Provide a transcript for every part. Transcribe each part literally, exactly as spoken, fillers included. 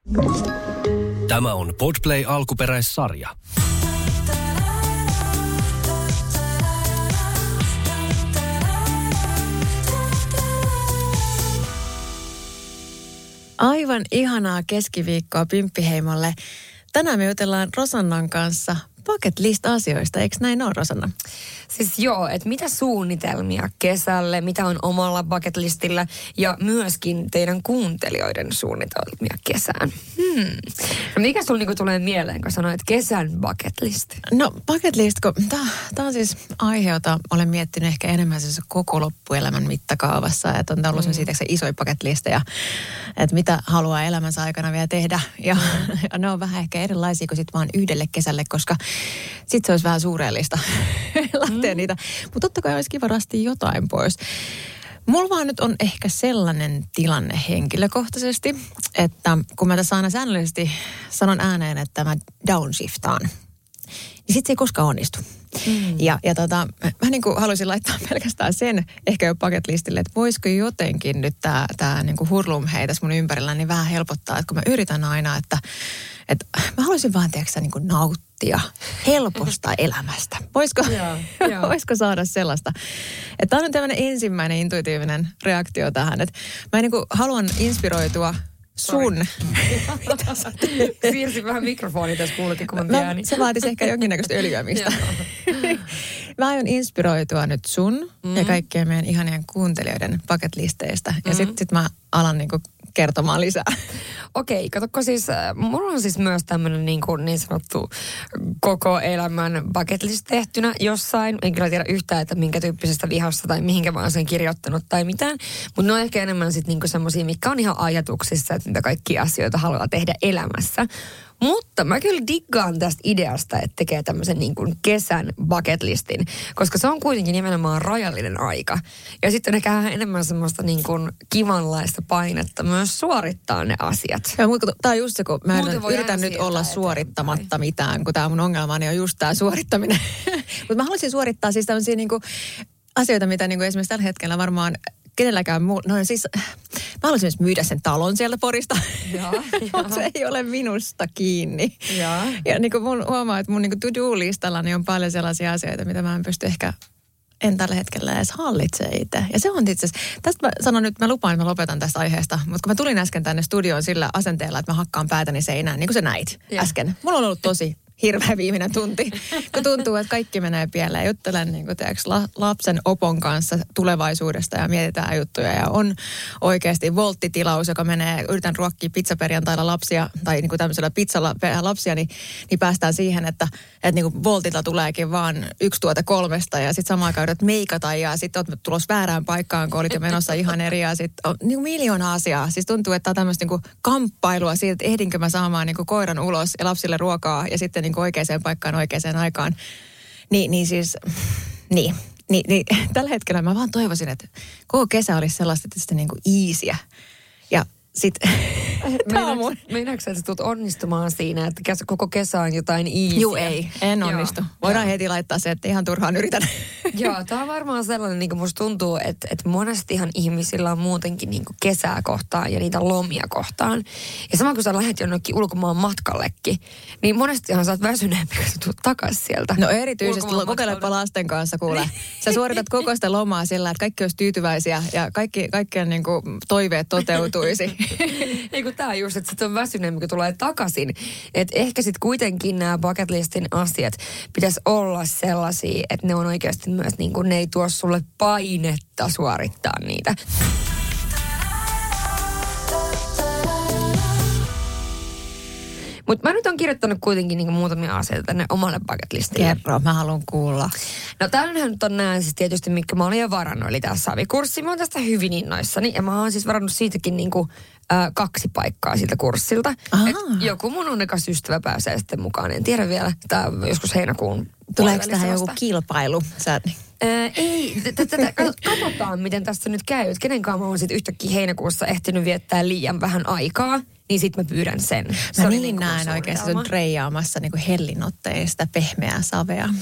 Tämä on Podplay alkuperäissarja. Aivan ihanaa keskiviikkoa Pimppiheimolle. Tänään me jutellaan Rosannan kanssa bucket list asioista, eikö näin ole, Rosanna? Siis joo, että mitä suunnitelmia kesälle, mitä on omalla bucket listillä ja myöskin teidän kuuntelijoiden suunnitelmia kesään. Hmm. No mikä sulla niinku tulee mieleen, kun sanoit kesän bucket list? No bucket list, kun tämä on siis aihe, jota olen miettinyt ehkä enemmän siis koko loppuelämän mittakaavassa. Että on ollut mm. siitä se isoja bucket listeja, että mitä haluaa elämänsä aikana vielä tehdä. Ja, mm. ja ne on vähän ehkä erilaisia kuin sitten vaan yhdelle kesälle, koska sitten se olisi vähän suureellista lähteä mm. niitä. Mutta totta kai olisi kiva rastia jotain pois. Mulla vaan nyt on ehkä sellainen tilanne henkilökohtaisesti, että kun mä tässä aina säännöllisesti sanon ääneen, että mä downshiftaan, niin sit se ei koskaan onnistu. Mm. Ja, ja tota, mä niin kuin haluaisin laittaa pelkästään sen ehkä jo bucket listille, että voisiko jotenkin nyt tää, tää niin kuin hurlum hei tässä mun ympärillä niin vähän helpottaa, että kun mä yritän aina, että, että mä haluaisin vaan tiedätkö, niin kuin nauttia helposta elämästä. Voisiko, yeah, yeah. voisiko saada sellaista? Että tää on nyt tämmöinen ensimmäinen intuitiivinen reaktio tähän, että mä niin kuin haluan inspiroitua sun. Siirsi vähän mikrofoni tässä kuulutin, kun mä ääni. Se vaatisi ehkä jonkinnäköistä öljyämistä. Mä aion inspiroitua nyt sun mm. ja kaikkien meidän ihanien kuuntelijoiden bucket listeistä. Ja mm. sitten sit mä alan niinku kertomaan lisää. Okei, katsokko siis, mulla on siis myös tämmöinen niin, niin sanottu koko elämän bucket list tehtynä jossain. En kyllä tiedä yhtään, että minkä tyyppisestä vihasta tai mihinkä mä oon sen kirjoittanut tai mitään. Mutta ne on ehkä enemmän sitten niinku semmosia, mitkä on ihan ajatuksissa, että mitä kaikkia asioita haluaa tehdä elämässä. Mutta mä kyllä diggaan tästä ideasta, että tekee tämmöisen niin kuin kesän bucket listin, koska se on kuitenkin nimenomaan rajallinen aika. Ja sitten on ehkä enemmän semmoista niin kuin kivanlaista painetta myös suorittaa ne asiat. Ja mutta tää on just se, kun mä yritän nyt olla suorittamatta eteenpäin mitään, kun tää mun ongelmani on just tää suorittaminen. Mutta mä haluaisin suorittaa siis tämmöisiä niin kuin asioita, mitä niin kuin esimerkiksi tällä hetkellä varmaan kenelläkään muu. No siis, mä haluaisin myös myydä sen talon sieltä Porista, mutta se ei ole minusta kiinni. Ja, ja niin kuin mun huomaa, että mun niin kuin to-do-listallani on paljon sellaisia asioita, mitä mä en pysty ehkä, en tällä hetkellä edes hallitse itse. Ja se on itse asiassa, tästä mä sanon nyt, mä lupaan, että mä lopetan tästä aiheesta, mutta kun mä tulin äsken tänne studioon sillä asenteella, että mä hakkaan päätäni seinään, niin kuin sä näit ja äsken. Mulla on ollut tosi hirveä viimeinen tunti, kun tuntuu, että kaikki menee pieleen. Juttelen niin kuin, tiedätkö, lapsen opon kanssa tulevaisuudesta ja mietitään juttuja. Ja on oikeasti volttitilaus, joka menee, yritän ruokkia pizzaperjantailla lapsia, tai niin kuin tämmöisellä pizzalla lapsia, niin, niin päästään siihen, että, että niin kuin voltilla tuleekin vaan yksi tuote kolmesta. Ja sitten samaan aikaan yrität meikata ja sitten olet tulossa väärään paikkaan, kun olit jo menossa ihan eri. Ja sitten on niin kuin miljoona asiaa. Siis tuntuu, että tämä on tämmöistä niin kuin kamppailua siitä, että ehdinkö mä saamaan niin kuin koiran ulos ja lapsille ruokaa ja sitten niin kuin oikeaan paikkaan oikeaan aikaan. Ni, niin siis, niin, niin, niin. Tällä hetkellä mä vaan toivoisin, että koko kesä olisi sellaista tietysti niin kuin easyä. Ja sitten Meinaatko, että tulet onnistumaan siinä, että koko kesä on jotain easyä? Juu, ei. En onnistu. Joo, voidaan joo. heti laittaa se, että ihan turhaan yritän. Joo, tämä on varmaan sellainen, niin kuin musta tuntuu, että, että monestihan ihmisillä on muutenkin niin kuin kesää kohtaan ja niitä lomia kohtaan. Ja sama kun sä lähdet jonnekin ulkomaan matkallekin, niin monestihan sä oot väsyneempi, kun sä tulet takaisin sieltä. No erityisesti kokeilepa lasten kanssa, kuule. Sä suoritat koko sitä lomaa sillä, että kaikki olisi tyytyväisiä ja kaikki, kaikkien niin kuin toiveet toteutuisi. Ei kun tää just, että sit on väsyneempi, kun tulee takaisin. Että ehkä sit kuitenkin nämä bucket listin asiat pitäisi olla sellaisia, että ne on oikeasti myös niin kuin ne ei tuo sulle painetta suorittaa niitä. Mutta mä nyt on kirjoittanut kuitenkin niinku muutamia asioita tänne omalle bucket listille. Kerro, mä haluan kuulla. No täällähän nyt on nämä siis tietysti, mitkä mä olin jo varannut. Eli tämä savikurssi, mä oon tästä hyvin innoissani. Ja mä oon siis varannut siitäkin niinku äh, kaksi paikkaa siltä kurssilta. Et joku mun onnekas ystävä pääsee sitten mukaan. En tiedä vielä, tää joskus heinäkuun. Tuleeko tähän joku kilpailu? Sä... Ää, ei, katsotaan miten tässä nyt käy. Et kenenkaan mä oon sitten yhtäkkiä heinäkuussa ehtinyt viettää liian vähän aikaa, niin sit mä pyydän sen. Mä niin näen oikein, että on reijaamassa niin hellinotteista pehmeää savea.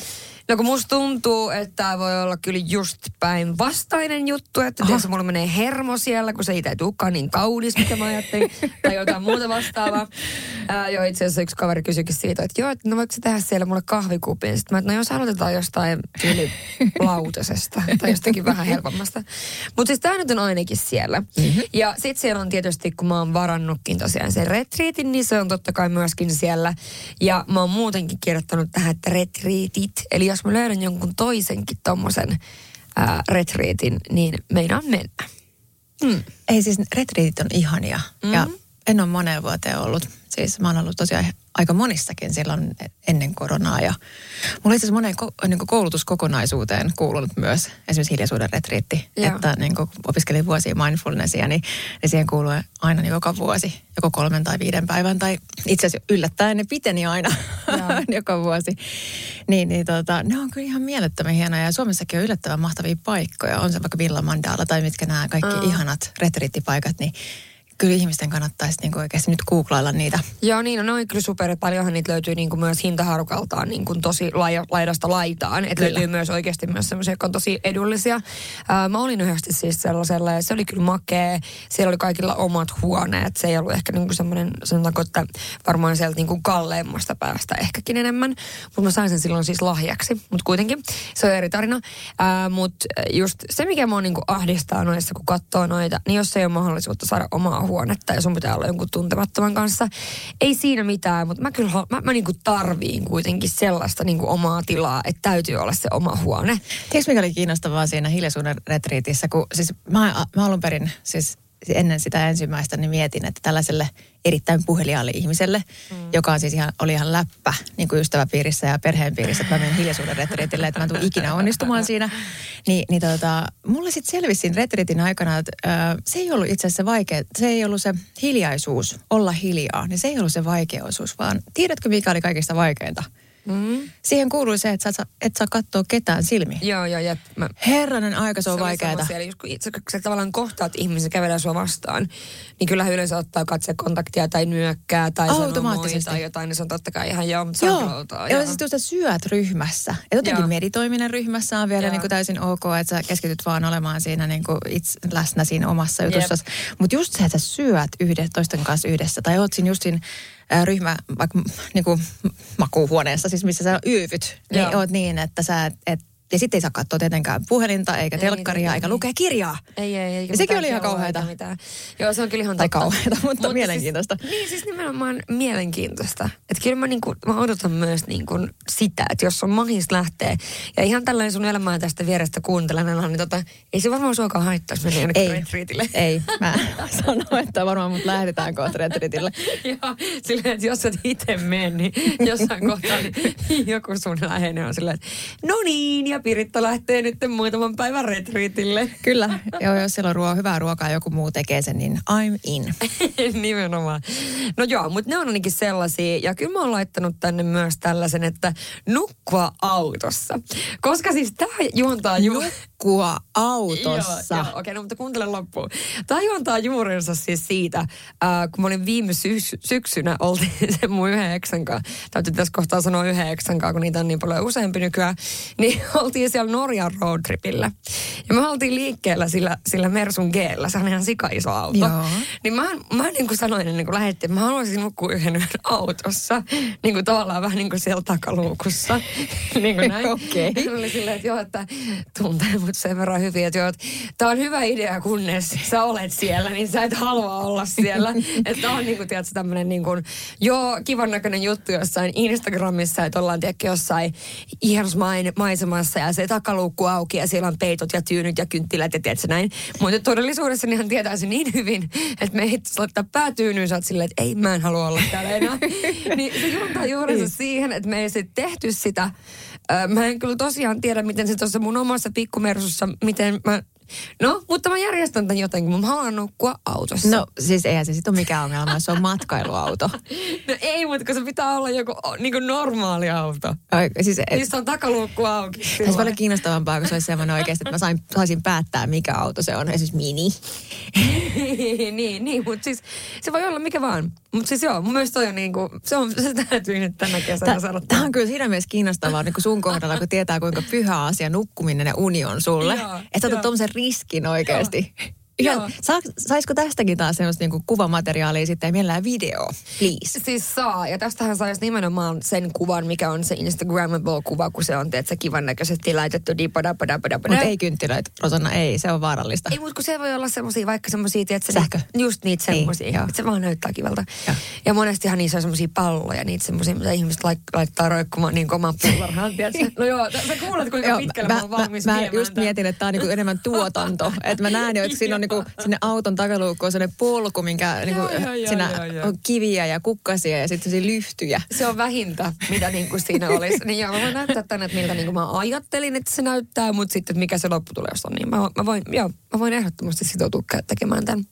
No kun musta tuntuu, että tämä voi olla kyllä just päinvastainen juttu, että tietysti mulla menee hermo siellä, kun se ei tulekaan niin kaunis, mitä mä ajattelin, tai jotain muuta vastaavaa. Ää, jo itse asiassa yksi kaveri kysyikin siitä, että joo, että no voiko sä tehdä siellä mulle kahvikupin? Sitten mä, että no jos aloitetaan jostain tyyli lautasesta tai jostakin vähän helpommasta. Mutta siis tää nyt on ainakin siellä. Mm-hmm. Ja sit siellä on tietysti, kun mä oon varannutkin tosiaan sen retriitin, niin se on totta kai myöskin siellä. Ja mä oon muutenkin kirjoittanut tähän, että retriitit. Eli jos mä löydän jonkun toisenkin tommosen ää, retriitin, niin meinaan mennä. Mm. Ei siis, retriitit on ihania. Mm-hmm. Ja en ole moneen vuoteen ollut. Siis mä oon ollut tosiaan aika monissakin silloin ennen koronaa. Ja mulla itse asiassa moneen ko- niin koulutuskokonaisuuteen kuulunut myös esimerkiksi hiljaisuuden retriitti. Joo. Että niin opiskelin vuosia mindfulnessia, niin, niin siihen kuuluu aina niin joka vuosi, joko kolmen tai viiden päivän. Tai itse asiassa yllättäen ne piteni aina joka vuosi. Niin, niin tota, ne on kyllä ihan mielettömän hienoja. Ja Suomessakin on yllättävän mahtavia paikkoja. On se vaikka Villa Mandala tai mitkä nämä kaikki mm. ihanat retriittipaikat, niin kyllä ihmisten kannattaisi niinku oikeasti nyt googlailla niitä. Joo, niin on, on kyllä super. Paljonhan niitä löytyy niinku myös hintaharukaltaan niinku tosi laida, laidasta laitaan. Että löytyy myös oikeasti myös semmoisia, jotka on tosi edullisia. Ää, mä olin yhdessä siis sellaisella ja se oli kyllä makea. Siellä oli kaikilla omat huoneet. Se ei ollut ehkä niinku semmoinen, sanotaanko, että varmaan sieltä niinku kalleimmasta päästä ehkäkin enemmän. Mutta mä sain sen silloin siis lahjaksi. Mutta kuitenkin se on eri tarina. Mutta just se, mikä mua niinku ahdistaa noissa, kun katsoo noita, niin jos ei ole mahdollisuutta saada omaa huonetta ja sun pitää olla jonkun tuntemattoman kanssa. Ei siinä mitään, mutta mä kyllä mä, mä niinku tarviin kuitenkin sellaista niinku omaa tilaa, että täytyy olla se oma huone. Tiedätkö mikä oli kiinnostavaa siinä hiljaisuuden retriitissä, kun siis mä, mä alun perin siis ennen sitä ensimmäistä niin mietin, että tällaiselle erittäin puheliaalle ihmiselle, mm. joka on siis ihan, oli ihan läppä niin kuin ystäväpiirissä ja perheenpiirissä, että mä menen hiljaisuuden retriitille, että mä tulen ikinä onnistumaan siinä. Ni, niin tota, mulle sitten selvisi siinä retriitin aikana, että ö, se ei ollut itse asiassa vaikea, se ei ollut se hiljaisuus, olla hiljaa, niin se ei ollut se vaikeosuus, vaan tiedätkö mikä oli kaikista vaikeinta? Mm. Siihen kuului se, että sä et saa katsoa ketään silmiin. Joo, joo, jep. Mä... Herranen aika, se on vaikeaa. Eli just kun itse sä tavallaan kohtaat ihmisen kävelee sua vastaan, niin kyllähän yleensä ottaa katsekontaktia tai nyökkää tai sanoo moi tai jotain, niin se on totta kai ihan joo, mutta se on outoa. Joo, ja siis tuosta syöt ryhmässä. Ja jotenkin meditoiminen ryhmässä on vielä niin kuin täysin ok, että sä keskityt vaan olemaan siinä niin kuin itse läsnä siinä omassa jutussa. Mutta just se, että sä syöt yhdessä, toisten kanssa yhdessä tai oot siinä just siinä ryhmä, vaikka niin kuin makuuhuoneessa, siis missä sä yyvyt, niin Joo. oot niin, että sä et, ja sitten ei saa katsoa tietenkään puhelinta, eikä telkkaria, ei, eikä lukea kirjaa. Ei, ei, ei. Ja sekin oli ihan kauheata. Joo, se on kyllä ihan tai totta. kauheata, mutta, mutta mielenkiintoista. Siis, niin, siis nimenomaan mielenkiintoista. Että kyllä mä, niinku, mä odotan myös niinku sitä, että jos on mahis lähtee, ja ihan tällainen sun elämää tästä vierestä kuuntelemaan, niin tota, ei se varmaan suokaan haittaisi mennä jonnekin retriitille. Ei, mä sanon, että varmaan mut lähdetään kohta retriitille. Joo, silleen, että jos et itse mene, niin jossain kohtaa niin joku sun läheinen on silleen, että no niin, ja Piritta lähtee nyt muutaman päivän retriitille. Kyllä, joo, jos siellä on ruo- hyvää ruokaa ja joku muu tekee sen, niin I'm in. Nimenomaan. No joo, mutta ne on ainakin sellaisia. Ja kyllä mä oon laittanut tänne myös tällaisen, että nukkua autossa. Koska siis tää juontaa... Ju- nukkua autossa? Joo, joo okei, okay, no mutta kuuntele loppuun. Tää juontaa juurensa siis siitä, äh, kun mä olin viime sy- syksynä, oltiin sen mun yhden eksän kanssa. Täytyy tässä kohtaa sanoa yhden eksän kanssa, kun niitä on niin paljon useampi nykyään. Niin oltiin siellä Norjan roadtripillä. Ja me oltiin liikkeellä sillä, sillä Mersun G:llä. Se on ihan sika iso auto. Joo. Niin mä, mä niin kuin sanoin ennen kuin lähdettiin, että mä haluaisin nukkua yhden yhden autossa. Niin kuin tavallaan vähän niin kuin siellä takaluukussa. niin kuin näin. Okei. Okay. Oli silleen, että joo, että tuntee mut sen verran hyvin, että joo, että tää on hyvä idea, kunnes sä olet siellä, niin sä et halua olla siellä. Että tää on niin kuin, tiedätkö, tämmönen niin kuin, joo, kivan näköinen juttu jossain Instagramissa, että ollaan, tiedätkö, jossain ihmismaisemassa ja se takaluukku auki ja siellä on peitot ja tyynyt ja kynttilät ja tiedätkö näin. Mutta todellisuudessa niin hän tietää se niin hyvin, että me ei laittaa päätyynyyn, sä oot silleen, että ei, mä en halua olla täällä enää. Niin se juontaa juurensa siihen, että me ei sitten tehty sitä. Mä en kyllä tosiaan tiedä, miten se tuossa mun omassa pikkumersussa, miten mä No, mutta mä järjestän tämän jotenkin. Mä haluan nukkua autossa. No siis eihän se sitten ole mikään ongelma, se on matkailuauto. No ei, mutta se pitää olla joku niin kuin normaali auto. Ai, siis, et, Niissä on takaluukku auki. Se olisi paljon kiinnostavampaa, kun se olisi semmoinen oikeasti, että mä sain, saisin päättää, mikä auto se on. Esimerkiksi mini. niin, niin, niin, mutta siis se voi olla mikä vaan. Mutta siis joo, mun mielestä toi on niin kuin, se, on, se täytyy nyt tänä kesänä sanoa. Tämä on kyllä siinä mielessä kiinnostavaa niin kuin sun kohdalla, kun tietää, kuinka pyhä asia nukkuminen ja uni on sulle. Että sä otat tommosen riskin oikeasti. Ihan, saisiko tästäkin taas semmoista niinku kuvamateriaalia sitten ja mielellään video, please? Siis saa, ja tästähän saisi nimenomaan sen kuvan, mikä on se Instagrammable-kuva, kun se on, teet se kivan näköisesti laitettu dipadapadapadapad. Mutta ei kynttilöitä, Rosanna, ei, se on vaarallista. Ei, mutta kun se voi olla semmosia, vaikka semmosia, tiedätkö? Sähkö. Just niitä semmosia, niin, että se vaan näyttää kivalta. Ja, ja monestihan niissä on semmosia palloja, niitä semmosia, mitä ihmiset laittaa roikkumaan niin kuin oman pullarhaan, tiedätkö? No joo, sä kuulet, kuinka pitkälle mä, mä oon valmis Mä, mä just mietin, että tää on niinku enemmän tuotanto. Että mä näen jo, että siinä on niinku, sinne auton takaluukkoon sellainen polku, minkä niinku, siinä on kiviä ja kukkasia ja sitten sellaisia lyhtyjä. Se on vähintä, mitä niinku siinä olisi. Niin joo, mä voin näyttää tänne, että miltä niinku mä ajattelin, että se näyttää, mutta sitten, että mikä se lopputulos on. Niin mä, mä, voin, joo, mä voin ehdottomasti sitoutua tekemään tämän.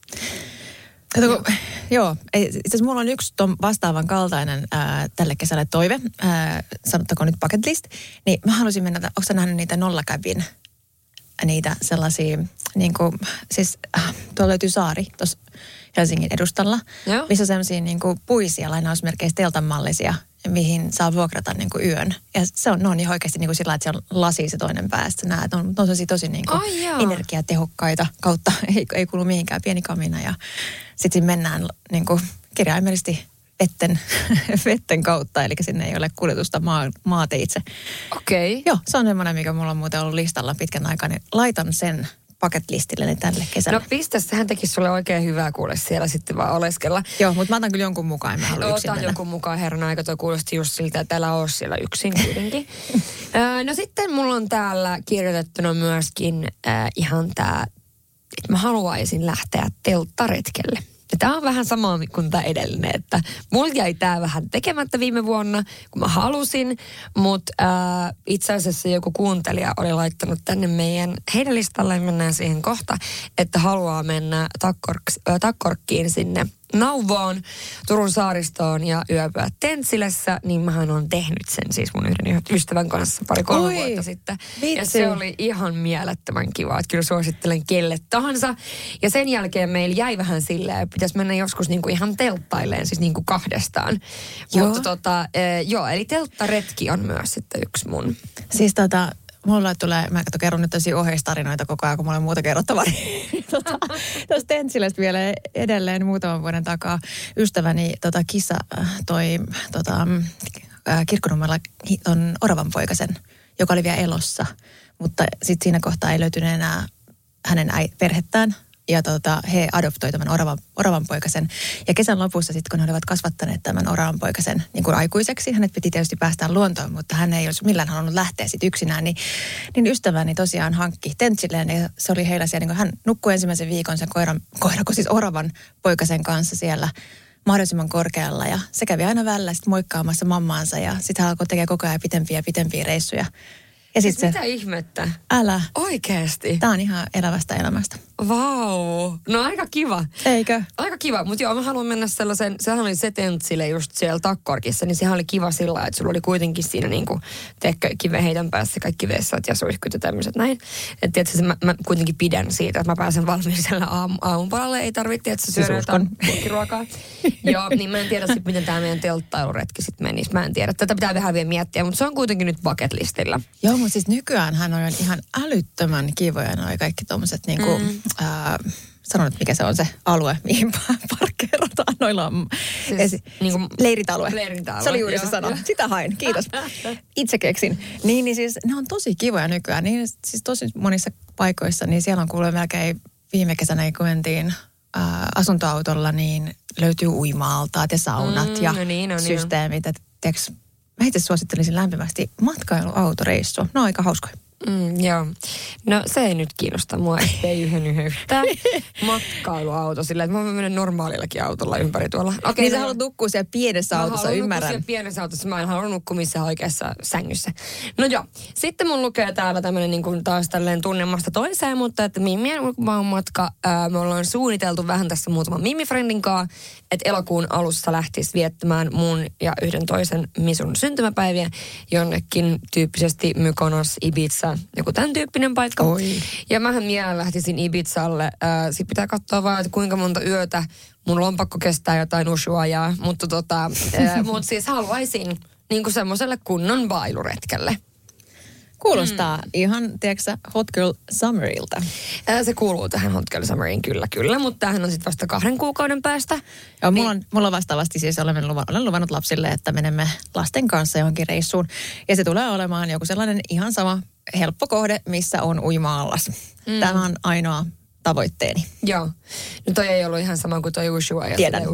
Kato, joo, joo itse asiassa mulla on yksi ton vastaavan kaltainen ää, tälle kesälle toive, ää, sanottakoon nyt bucket list, niin mä haluaisin mennä, onko sä nähnyt niitä nollakäbin, niitä sellaisia, niin kuin, siis äh, tuolla löytyy saari tuossa Helsingin edustalla, joo, missä on sellaisia niin kuin puisia lainausmerkeissä teltanmallisia, mihin saa vuokrata niin kuin yön. Ja se on, ne on ihan oikeasti niin kuin sillä, että se on lasi se toinen päästä. Nämä on, on tosi, tosi niin kuin oh, energiatehokkaita kautta, ei, ei kuulu mihinkään, pieni kamina. Ja sitten mennään niin kuin kirjaimellisesti vetten, vetten kautta, eli sinne ei ole kuljetusta maa, maateitse. Okei. Okay. Joo, se on semmoinen, mikä mulla on muuten ollut listalla pitkän aikaa, niin laitan sen bucket listilleni tälle kesälle. No pistä, sehän tekisi sulle oikein hyvää kuule siellä sitten vaan oleskella. Joo, mutta mä otan kyllä jonkun mukaan, mä haluan yksin Otan jonkun mukaan, herran aika, toi kuulosti just siltä, että älä ole siellä yksin kuitenkin. No sitten mulla on täällä kirjoitettuna myöskin äh, ihan tää, että mä haluaisin lähteä telttaretkelle. Ja tämä on vähän sama kuin tämä edellinen, että mulla jäi tämä vähän tekemättä viime vuonna, kun mä halusin, mutta äh, itse asiassa joku kuuntelija oli laittanut tänne meidän heidän listalle, mennään siihen kohta, että haluaa mennä takkorks, äh, takkorkkiin sinne Nauvoon, Turun saaristoon ja yöpyä Tentsilässä, niin mähän on tehnyt sen siis mun yhden ystävän kanssa pari-kolme Oi, vuotta sitten. Vitsi. Ja se oli ihan mielettömän kiva, että kyllä suosittelen kelle tahansa. Ja sen jälkeen meillä jäi vähän silleen, että pitäisi mennä joskus niinku ihan telttailleen, siis niinku kahdestaan. Joo. Mutta tota, e, joo, eli telttaretki on myös sitten yksi mun. Siis tota... Mulla tulee, mä katso, kerron nyt tällaisia oheistarinoita koko ajan, kun mulla on muuta kerrottavaa. tota, Tuossa Tentsilästä vielä edelleen muutaman vuoden takaa ystäväni tota, kissa toi tota, Kirkkonummella on oravanpoikasen, joka oli vielä elossa. Mutta sitten siinä kohtaa ei löytynyt enää hänen äi- perhettään. Ja tota, he adoptoi tämän oravan, oravanpoikasen. Ja kesän lopussa sitten, kun he olivat kasvattaneet tämän oravanpoikasen niin kuin aikuiseksi, hänet piti tietysti päästään luontoon, mutta hän ei olisi millään halunnut lähteä sitten yksinään. Niin, niin ystäväni tosiaan hankki Tentsilleen ja se oli heillä siellä, niin hän nukkui ensimmäisen viikon sen koiran, koira, siis oravan poikasen kanssa siellä mahdollisimman korkealla. Ja se kävi aina välillä sitten moikkaamassa mammaansa ja sitten hän alkoi tekemään koko ajan pitempiä ja pitempiä reissuja. Ja sit se, mitä ihmettä? Älä. Oikeesti? Tää on ihan elävästä elämästä. Vau. No aika kiva. Eikö? Aika kiva, mutta joo, mä haluan mennä sellaisen, sehän oli se Tentsille just siellä Takkorkissa, niin sehän oli kiva sillä, että sulla oli kuitenkin siinä niinku, teekö kiveheitän päässä kaikki vessat ja suihkut ja tämmöiset näin. Että tietysti mä, mä kuitenkin pidän siitä, että mä pääsen valmiisella aam, aamupalalle, ei tarvitse, että sä syödä jotain purkkiruokaa. Joo, niin mä en tiedä sitten, miten tämä meidän telttailuretki sitten menisi. Mä en tiedä, tätä pitää vähän vielä miettiä, mutta se on kuitenkin nyt bucket listillä. Joo, mutta siis nykyäänhän on ihan älyttömän kivoja noi kaikki tommoset niinku, mm. äh, sanon, että mikä se on se alue, mihin parkkeerataan. Noilla on siis, esi- niin kuin, leiritalue. leiritalue. Se oli juuri joo, se sana. Jo. Sitä hain, kiitos. Itse keksin. Niin, niin siis ne on tosi kivoja nykyään. Niin siis tosi monissa paikoissa, niin siellä on kuullut melkein viime kesänä, kun mentiin äh, asuntoautolla, niin löytyy uima-altaat ja saunat mm, ja no niin, no systeemit. Että tiiäks, mä itse suosittelisin lämpimästi matkailuautoreissua. Ne on aika hauskoja. Mm, joo. No se ei nyt kiinnosta mua, ei yhden yhtään. Matkailuauto sillä, että mä voin mennä normaalillakin autolla ympäri tuolla. Okay, niin no, sä haluat nukkua siellä pienessä mä autossa, ymmärrän. Mä haluan nukkua pienessä autossa, mä en halua nukkua missään oikeassa sängyssä. No joo, sitten mun lukee täällä tämmönen niin kuin taas tälleen tunnemmasta toiseen, mutta että Mimien ulkomaanmatka, ää, me ollaan suunniteltu vähän tässä muutaman Mimi-friendin kanssa, että elokuun alussa lähtisi viettämään mun ja yhden toisen Misun syntymäpäiviä jonnekin tyyppisesti Mykonos, Ibiza, joku tämän tyyppinen paikka. Oi. Ja mähän mielellä lähtisin Ibizalle. Sitten pitää katsoa vaan, että kuinka monta yötä mun lompakko kestää jotain ushuajaa. Mutta tota, mut siis haluaisin niinku semmoiselle kunnon bailuretkelle. Kuulostaa mm. ihan, tiedätkö Hot Girl Summerilta. Ää, se kuuluu tähän Hot Girl Summeriin, kyllä, kyllä. Mutta tämähän on sitten vasta kahden kuukauden päästä. Joo, niin. mulla, on, mulla on vastaavasti siis, olen luvannut, olen luvannut lapsille, että menemme lasten kanssa johonkin reissuun. Ja se tulee olemaan joku sellainen ihan sama helppo kohde, missä on uima-allas. Mm. Tämä on ainoa tavoitteeni. Joo. No toi ei ollut ihan sama kuin toi Ushuaia. Tiedän.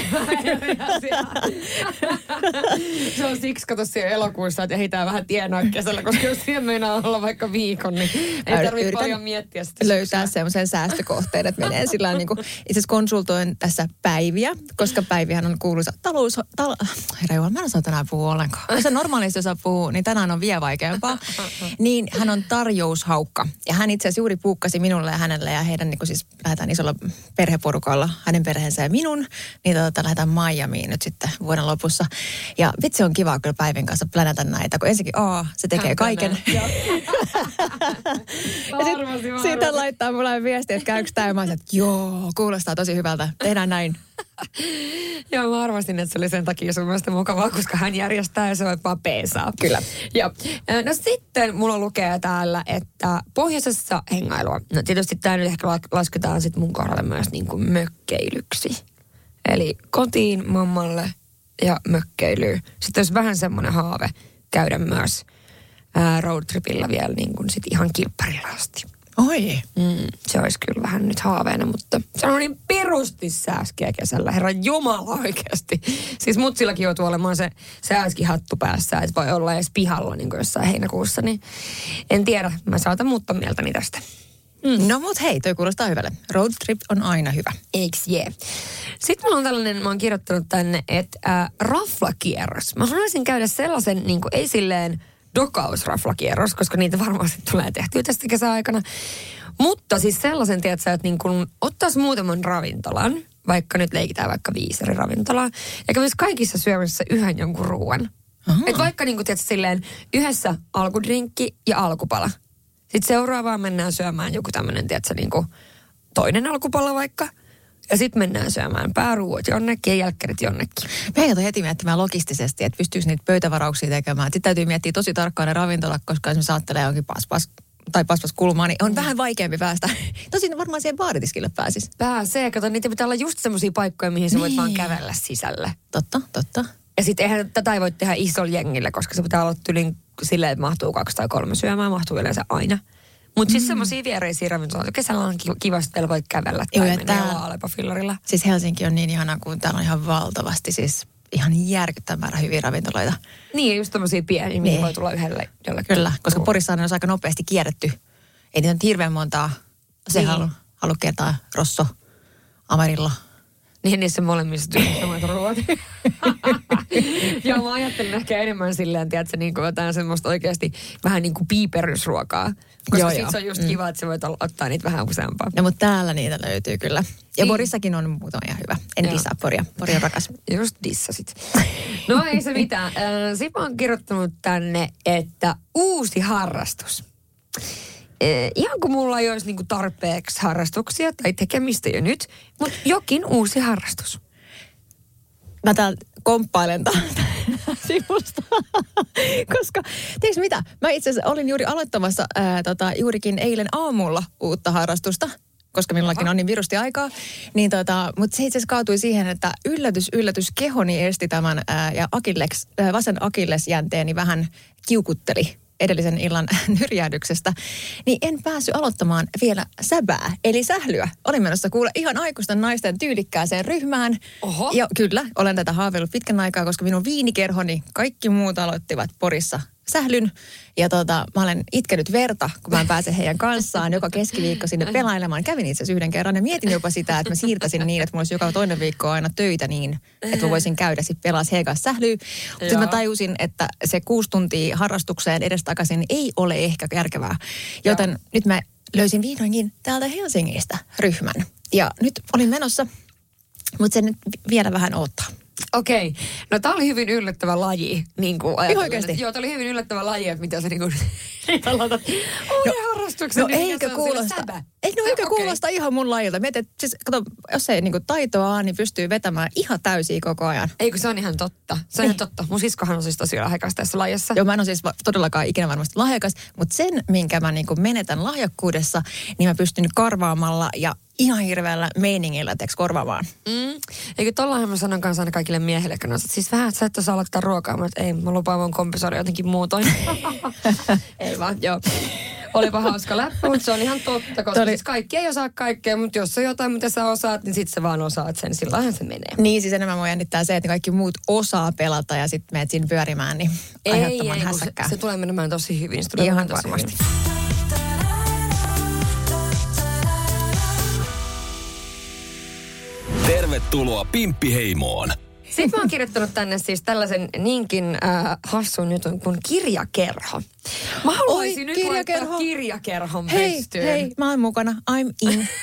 Se on siksi, kato siellä elokuussa, että ehditään vähän tienaa kesällä, koska jos siellä meinaa olla vaikka viikon, niin ei tarvitse paljon miettiä sitä. Löytää semmoisen säästökohteen, että menee sillä niin kuin, itse asiassa konsultoin tässä Päiviä, koska Päivihän on kuuluisa talous... Tal, herra Jumala, mä en osaa tänään puhua ollenkaan. Jos hän normaalisti osaa puhua, niin tänään on vielä vaikeampaa. Niin hän on tarjoushaukka. Ja hän itse asiassa juuri puukkasi minulle ja hänelle ja heidän niin kuin siis lähdetään isolla perheporukalla, hänen perheensä ja minun, niin tota, lähdetään Miamiin nyt sitten vuoden lopussa. Ja vitsi on kiva kyllä Päivin kanssa plänätä näitä, kun ensinnäkin A, se tekee hän kaiken. Ja sitten sit hän laittaa mulle viestiä, että käykö tämä, ja mä olisin, että joo, kuulostaa tosi hyvältä, tehdään näin. Joo, mä arvasin, että se oli sen takia sun mielestä mukavaa, koska hän järjestää ja se on vaan peesaa. Kyllä. Joo. No sitten mulla lukee täällä, että pohjoisessa hengailua. No tietysti tää nyt ehkä lasketaan sit mun kohdalle myös niin kuin mökkeilyksi. Eli kotiin, mammalle ja mökkeilyyn. Sitten olisi vähän semmoinen haave käydä myös ää, roadtripillä vielä niin kuin sit ihan kilpparilla asti. Oi. Mm, se olisi kyllä vähän nyt haaveena, mutta se on niin pirusti sääskiä kesällä. Herran Jumala oikeasti. Siis mutsillakin joutuu olemaan se sääskihattu päässä, että voi olla edes pihalla niin kuin jossain heinäkuussa. Niin en tiedä, mä saatan muuttaa mieltäni tästä. Mm. No mut hei, toi kuulostaa hyvälle. Road trip on aina hyvä. Eiks jee. Yeah. Sitten mulla on tällainen, mä oon kirjoittanut tänne, että äh, raflakierros. Mä haluaisin käydä sellaisen, niin kuin ei silleen dokausraflakierros, koska niitä varmasti tulee tehtyä tästä kesäaikana. Mutta siis sellaisen, tiedätkö, että niin kun ottaisi muutaman ravintolan, vaikka nyt leikitään vaikka viisi eri ravintolaa, ja kävisi kaikissa syömässä yhden jonkun ruuan. Että vaikka niin kun, tiedätkö, silleen yhdessä alkudrinkki ja alkupala. Sitten seuraavaan mennään syömään joku tämmöinen, tiedätkö, niin kuin toinen alkupala vaikka. Ja sitten mennään syömään pääruuat jonnekin ja jälkkärit jonnekin. Me ei heti miettimään logistisesti, että pystyisi niitä pöytävarauksia tekemään. Sitten täytyy miettiä tosi tarkkaan ne ravintolat, koska esimerkiksi ajattelee jonkin paspas tai paspaskulmaa, niin on mm. vähän vaikeampi päästä. Tosin varmaan siihen baaritiskille pääsisi. Pääsee, kato, niitä pitää olla just semmoisia paikkoja, mihin sä voit niin vaan kävellä sisälle. Totta, totta. Ja sitten eihän tätä ei voi tehdä isolla jengillä, koska se pitää olla tylin silleen, että mahtuu kaksi tai kolme syömään, mahtuu yleensä aina. Mutta siis mm. semmoisia viereisiä ravintoloita. Kesällä on kivasti, että voit kävellä tai Joo, mennä jollain Alepo-fillarilla. Siis Helsinki on niin ihana, kun täällä on ihan valtavasti siis ihan järkyttävän määrä hyviä ravintoloita. Niin, just tämmöisiä pieniä, mihin voi tulla yhdelle jollekin. Kyllä, koska Porissa on aika nopeasti kierretty. Ei niitä on hirveän montaa. Se niin. halu, halu kertaa Rosso, Amarillo. Niin, niissä molemmissa tyylissä ruoat. Joo, mä ajattelin ehkä enemmän silleen, tiedätkö, niin kuin jotain semmoista oikeasti vähän niin kuin piiperysruokaa. Koska joo, sit jo. se on just kiva, että sä voit ottaa niitä vähän useampaa. No, mutta täällä niitä löytyy kyllä. Ja niin. Porissakin on muutama ihan hyvä. En joo. dissaa Poria. Pori on rakas. Just dissasit. No ei se mitään. Sipa on kirjoittanut tänne, että uusi harrastus. Eh, ihan kun mulla ei olisi niinku tarpeeksi harrastuksia tai tekemistä jo nyt, mutta jokin uusi harrastus. Mä täällä komppailen täältä sivusta, koska tiedätkö mitä? Mä itse asiassa olin juuri aloittamassa ää, tota, juurikin eilen aamulla uutta harrastusta, koska minullakin on niin virusti aikaa. Niin tota, mutta se itse asiassa kaatui siihen, että yllätys, yllätys, kehoni esti tämän ää, ja akilleks, ää, vasen akillesjänteeni vähän kiukutteli edellisen illan nyrjähdyksestä, niin en päässyt aloittamaan vielä säbää, eli sählyä. Olin menossa kuule ihan aikuisten naisten tyylikkääseen ryhmään. Oho. Ja kyllä, olen tätä haaveillut pitkän aikaa, koska minun viinikerhoni, kaikki muut aloittivat Porissa sählyn. Ja tota, mä olen itkenyt verta, kun mä en pääse heidän kanssaan joka keskiviikko sinne pelailemaan. Kävin itse asiassa yhden kerran ja mietin jopa sitä, että mä siirtäisin niin, että mulla olisi joka toinen viikko aina töitä niin, että mä voisin käydä sitten pelaa heidän kanssa sählyä. Sitten mä tajusin, että se kuusi tuntia harrastukseen edestakaisin ei ole ehkä järkevää. Joten Joo. nyt mä löysin vihdoinkin täältä Helsingistä ryhmän. Ja nyt olin menossa, mutta se nyt vielä vähän odottaa. Okei. Okay. No tää oli hyvin yllättävä laji. Niin kuin oikeasti? Joo, tää oli hyvin yllättävä laji, että mitä sä niin kuin aloitat uuden no, harrastuksen. No niin eikö kuulosta, ei, no eikö okay. kuulosta ihan mun lajilta. Mietin, että siis, kato, jos ei niin kuin taitoa, niin pystyy vetämään ihan täysiä koko ajan. Eikö se on ihan totta. Se on ihan totta. Mun siskohan on siis tosi lahjakas tässä lajissa. Joo, mä en ole siis todellakaan ikinä varmasti lahjakas, mutta sen, minkä mä niin kuin menetän lahjakkuudessa, niin mä pystyn korvaamalla ja ihan hirveällä meiningillä teks korvaamaan. Mm. Eikö tollahan mä sanon kanssa aina kaikille miehille, kun on, siis vähän, että sä et osaa aloittaa ruokaa, mutta ei, mä lupaan voin kompensoida jotenkin muutoin. Ei vaan, joo. Olipa hauska läppä, mutta se on ihan totta, koska Tuli... siis kaikki ei osaa kaikkea, mutta jos on jotain, mitä sä osaat, niin sit sä vaan osaat sen, silloinhan se menee. Niin, siis enemmän mua jännittää se, että kaikki muut osaa pelata ja sitten menet siinä pyörimään, niin aiheuttamaan ei, hässäkkää. Se, se tulee menemään tosi hyvin. Se tulee ihan tosi varmasti. Hyvin. Tervetuloa Pimppiheimoon. Sitten mä oon kirjoittanut tänne siis tällaisen niinkin äh, hassun jutun kuin kirjakerho. Mä haluaisin Oi, nyt kirjakerho. laittaa kirjakerhon hei, pystyyn. Hei, mä oon mukana. I'm in.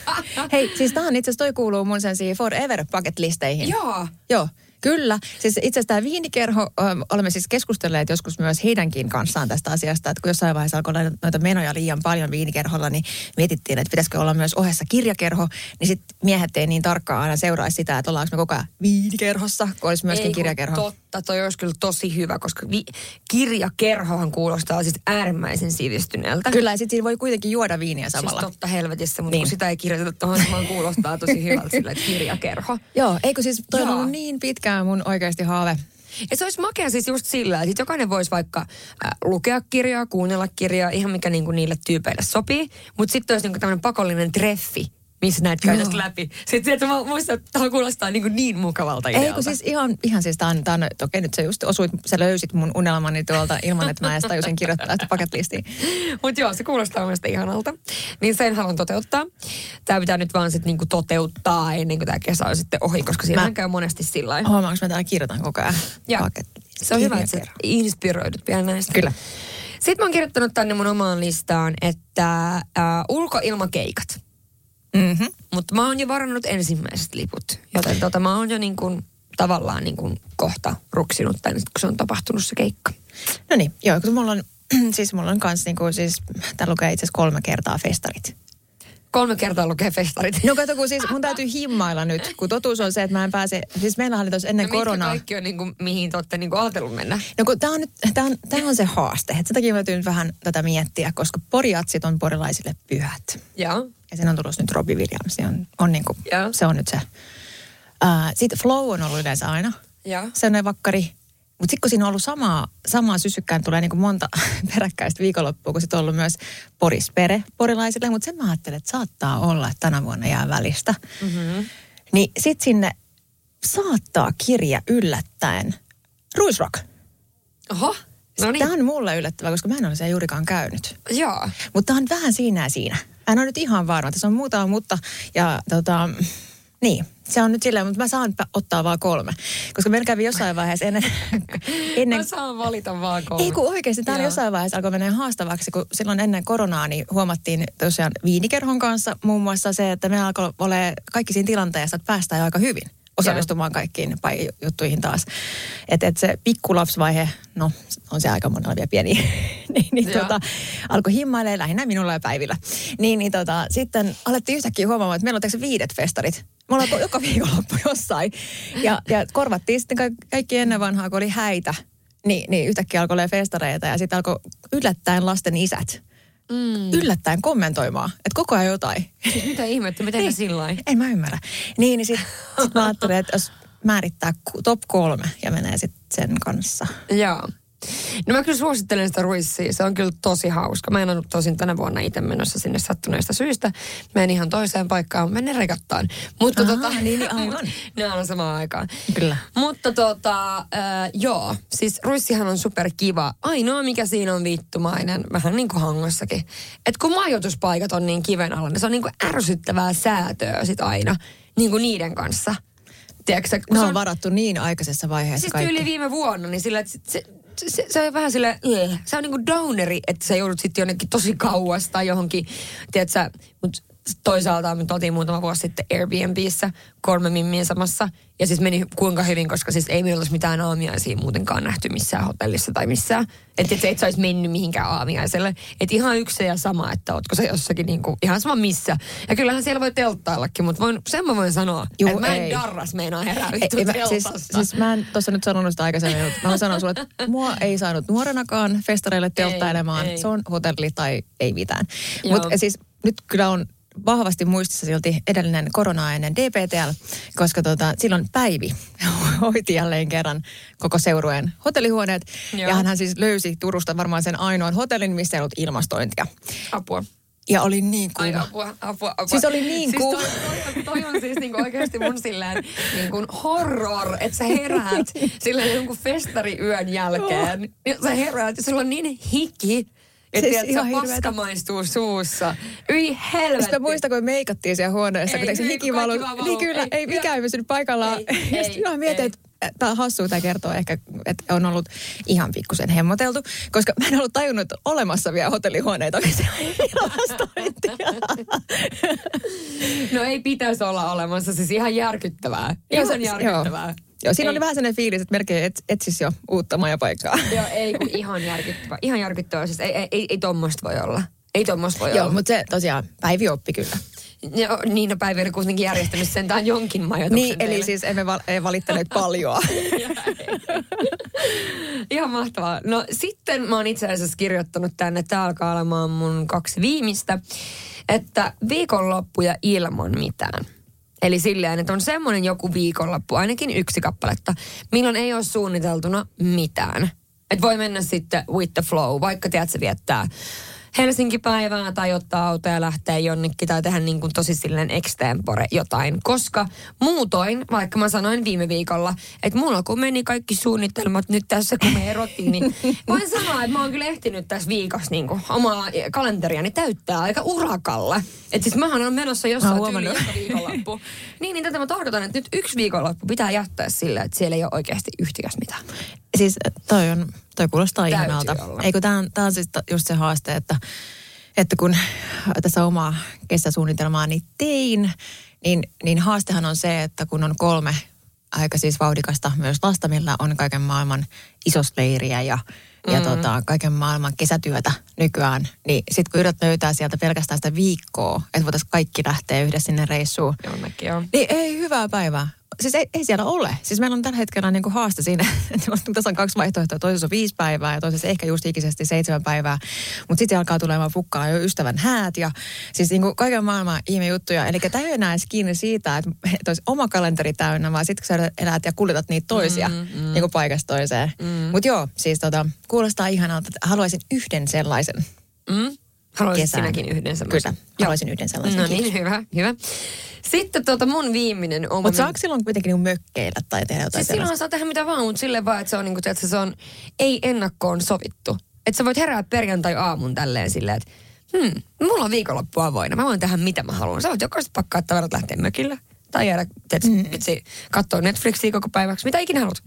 Hei, siis tähän itse asiassa toi kuuluu mun sensiin forever bucket listeihin. Joo. Joo. Kyllä. Siis itse asiassa tämä viinikerho, ö, olemme siis keskustelleet joskus myös heidänkin kanssaan tästä asiasta, että kun jossain vaiheessa alkoi noita menoja liian paljon viinikerholla, niin mietittiin, että pitäisikö olla myös ohessa kirjakerho, niin sitten miehet ei niin tarkkaan aina seuraisi sitä, että ollaanko me koko ajan viinikerhossa, kun olisi myöskin ei, kirjakerho. Totta, toi olisi kyllä tosi hyvä, koska vi- kirjakerhohan kuulostaa siis äärimmäisen sivistyneeltä. Kyllä, ja sitten siinä voi kuitenkin juoda viiniä samalla. Siis totta helvetissä, mutta niin. kun sitä ei kirjoiteta tuohon, vaan kuulostaa tosi hyvältä sillä, että kirjakerho. Joo, eikö siis toi on ollut niin pitkä mun oikeasti haave. Ja se olisi makea siis just sillä, että jokainen voisi vaikka äh, lukea kirjaa, kuunnella kirjaa, ihan mikä niinku niille tyypeille sopii. Mutta sitten olisi niinku tämmöinen pakollinen treffi, missä näitä käytäisiin läpi. Sitten se, että mä muistan, että tämä kuulostaa niin, niin mukavalta idealta. Ei kun siis ihan, ihan siis tämä on, tää on, okei nyt sä just osuit, sä löysit mun unelmani tuolta ilman, että mä edes tajusin kirjoittaa sitä bucket listiin. Mutta joo, se kuulostaa mielestäni ihanalta. Niin sen haluan toteuttaa. Tämä pitää nyt vaan sitten niinku toteuttaa ennen kuin tämä kesä on sitten ohi, koska siinä mä... käy monesti sillä lailla. Huomaanko mä täällä kirjoitan koko ajan? Joo, se on hyvä, että sä inspiroidut vielä näistä. Kyllä. Sitten mä oon kirjoittanut tänne mun omaan listaan, että äh, ulkoilmakeikat. Mm-hmm. Mutta mä oon jo varannut ensimmäiset liput, joten tota, mä oon jo niin kuin, tavallaan niin kuin kohta ruksinut tänne, kun se on tapahtunut se keikka. No niin, joo, kun mulla on, siis mulla on kans niin kuin, siis, tää lukee itse asiassa kolme kertaa festarit. Kolme kertaa lukee festarit. No kato, kun siis mun täytyy himmailla nyt, kun totuus on se, että mä en pääse, siis meillä oli tuossa ennen no, koronaa. No kaikki on niin kuin, mihin te olette niin kuin ajatellut mennä? No kun tää on nyt, tää on, tää on se haaste, että sen takia mä täytyy nyt vähän tätä miettiä, koska poriatsit on porilaisille pyhät. Joo. Ja sen on tulossa nyt Robbie Williams, on, on niin kuin, se on nyt se. Uh, sitten Flow on ollut yleensä aina, Joo. sellainen vakkari. Mutta sitten kun siinä on ollut samaa, samaa sysykkään, tulee niin kuin monta peräkkäistä viikonloppua, kun sitten on ollut myös Porispere porilaisille. Mutta sen mä ajattelen, että saattaa olla, että tänä vuonna jää välistä. Mm-hmm. Niin sitten sinne saattaa kirja yllättäen Ruisrock. Oho, no niin. Tämä on mulle yllättävää, koska mä en ole siellä juurikaan käynyt. Joo. Mutta tämä on vähän siinä ja siinä. Mä en ole nyt ihan varma. Tässä on muutama mutta ja tota... Niin, se on nyt silleen, mutta mä saan ottaa vaan kolme. Koska meillä kävi jossain vaiheessa ennen... ennen... Mä saan valita vaan kolme. Ei kun oikeasti, tää oli jossain vaiheessa alkoi mennä haastavaksi, kun silloin ennen koronaa niin huomattiin tosiaan viinikerhon kanssa muun muassa se, että me alkoi olla kaikki siinä tilanteessa, että päästään jo aika hyvin osallistumaan kaikkiin juttuihin taas. Että et se pikkulapsvaihe, no on se aika monella vielä pieni, niin, niin tota, alkoi himmailemaan lähinnä minulla ja Päivillä. Niin, niin tota, sitten alettiin yhtäkkiä huomaamaan, että meillä on teksä viidet festarit. Me ollaan joka viikonloppu jossain. Ja, ja korvattiin sitten ka- kaikki ennen vanhaa, kun oli häitä, niin, niin yhtäkkiä alkoi olla festareita ja sitten alkoi yllättäen lasten isät. Mm. Yllättäen kommentoimaan, että koko ajan jotain. Siis mitä ihmettä, miten niin, sillain? En mä ymmärrä. Niin, niin sitten sit mä ajattelin, että jos määrittää top kolme ja menee sitten sen kanssa. Joo. No mä kyllä suosittelen sitä ruissia. Se on kyllä tosi hauska. Mä en ole tosin tänä vuonna itse menossa sinne sattuneista syistä. Menen ihan toiseen paikkaan, menen rekattaan. Mutta Aha, tota, niin aivan. ne on samaan aikaan. Kyllä. Mutta tota, äh, joo, siis ruissihan on superkiva. Ainoa mikä siinä on vittumainen, vähän niin kuin Hangossakin. Että kun majoituspaikat on niin kiven alla, niin se on niin kuin ärsyttävää säätöä sit aina. Niin kuin niiden kanssa. Tiedätkö, ne on, on varattu niin aikaisessa vaiheessa siis kaikki. Siis yli viime vuonna, niin sillä, että se, se, se, se on vähän sillä, se on niin kuin downeri, että sä joudut sitten jonnekin tosi kauas tai johonkin, tiedätkö, mutta toisaalta me oltiin muutama vuosi sitten Airbnbissä kolme mimmien samassa. Ja siis meni kuinka hyvin, koska siis ei meillä olisi mitään aamiaisia muutenkaan nähty missään hotellissa tai missään. Että et, et sä olisi mennyt mihinkään aamiaiselle. Että ihan yksi ja sama, että ootko sä jossakin niinku, ihan sama missä. Ja kyllähän siellä voi telttaillakin, mutta voin, sen mä voin sanoa, että mä en ei. darras meinaa herää vittu teltassa. Siis, siis mä en tuossa nyt sanonut sitä aikaisemmin, mutta mä voin sanoa sulle, että mua ei saanut nuorenakaan festareille telttailemaan. Ei, ei. Se on hotelli tai ei mitään. Mutta siis nyt kyllä on vahvasti muistissa silti edellinen korona-ainen D P T L, koska tota, silloin Päivi hoiti jälleen kerran koko seurueen hotellihuoneet. Joo. Ja hän siis löysi Turusta varmaan sen ainoan hotellin, missä ei ollut ilmastointia. Apua. Ja oli niin kuuma. Ai apua, apua, apua. Siis oli niin siis kuuma. Toi, toi, toi on siis niinku oikeasti mun silleen niinku horror, että sä heräät silleen jonkun festariyön jälkeen. Oh. Ja sä heräät ja sulla on niin hiki. Että siis ihan paska hirveetä. Maistuu suussa. Yi helvetti. Sitten mä muistan, kun me meikattiin siellä huoneessa, ei, kun se hiki valuu. Niin kyllä, ei, ei mikään ei pysynyt paikallaan. Ja sitten mä mietin, että tämä on hassua, tämä kertoo ehkä, että on ollut ihan pikkusen hemmoteltu. Koska mä en ollut tajunnut, että olemassa vielä hotellihuoneita, missä ei ilmastointia. No ei pitäisi olla olemassa, siis ihan järkyttävää. Ihan järkyttävää. Joo. Joo, siinä ei. Oli vähän sellainen fiilis, että melkein et, etsisi jo uutta majapaikkaa. Joo, ei kun ihan järkyttävää. Ihan järkyttävää. Siis ei, ei, ei, ei tommoista voi olla. Ei tommoista voi Joo, olla. mutta se tosiaan Päivi oppi kyllä. Joo, niin, no Päivi oli kuitenkin järjestänyt sentään jonkin majoituksen Niin, teille. Eli siis emme val- ei valittaneet paljoa. Ihan mahtavaa. No sitten mä oon itse asiassa kirjoittanut tänne, tää alkaa olemaan mun kaksi viimeistä, että viikonloppuja ilman mitään. Eli silleen, että on semmoinen joku viikonloppu, ainakin yksi kappaletta, milloin ei ole suunniteltuna mitään. Että voi mennä sitten with the flow, vaikka tiedät se viettää Helsinki-päivää tai ottaa auto ja lähteä jonnekin tai tehdä niin kuin tosi silleen extempore jotain. Koska muutoin, vaikka mä sanoin viime viikolla, että mulla kun meni kaikki suunnitelmat nyt tässä kun me erottiin, niin voin sanoa, että mä oon kyllä ehtinyt tässä viikossa niin kuin omaa kalenteriani täyttää aika urakalla. Että siis mähän on menossa jossain tyyli joka viikonloppu. Niin, niin tätä mä tarkoitan, että nyt yksi viikonloppu pitää jättää sillä, että siellä ei ole oikeasti yhtikäs mitään. Siis toi on, toi kuulostaa ihanalta. Eikö tää on, tää on siis just se haaste, että, että kun tässä omaa kesäsuunnitelmaani tein, niin, niin haastehan on se, että kun on kolme aika siis vauhdikasta myös lasta, millä on kaiken maailman isosleiriä ja, mm. ja tota, kaiken maailman kesätyötä nykyään, niin sitten kun yrität löytää sieltä pelkästään sitä viikkoa, että voitaisiin kaikki lähteä yhdessä sinne reissuun, Jonnekin on. Niin ei hyvää päivää. Siis ei, ei siellä ole. Siis meillä on tällä hetkellä niin kuin haaste siinä, että tässä on kaksi vaihtoehtoa. Toisessa on viisi päivää ja toisessa ehkä just ikisesti seitsemän päivää. Mutta sitten alkaa tulemaan pukkaa jo ystävän häät ja siis niin kuin kaiken maailman ihme juttuja. Eli tämä ei ole enää edes kiinni siitä, että, että olisi oma kalenteri täynnä, vaan sitten kun sä elät ja kuljetat niitä toisia mm, mm. niin kuin paikasta toiseen. Mm. Mutta joo, siis tota, kuulostaa ihanalta, että haluaisin yhden sellaisen. Mm. Haluaisit sinäkin yhden sellaisen? Kyllä, haluaisin yhden sellaisen. No niin, hyvä, hyvä. Sitten tuota mun viimeinen oma... Mutta saako silloin kuitenkin niinku mökkeillä tai tehdä jotain siis silloin saa tehdä mitä vaan, mutta silleen vaan, että se on, niinku, että se on ei ennakkoon sovittu. Että sä voit herää perjantai-aamun tälleen silleen, että hmm, mulla on viikonloppu avoinna, mä voin tehdä mitä mä haluan. Sä voit jokaista pakkaa tavarat lähteä mökillä tai jäädä mm. katsoa Netflixiä koko päiväksi, mitä ikinä haluat.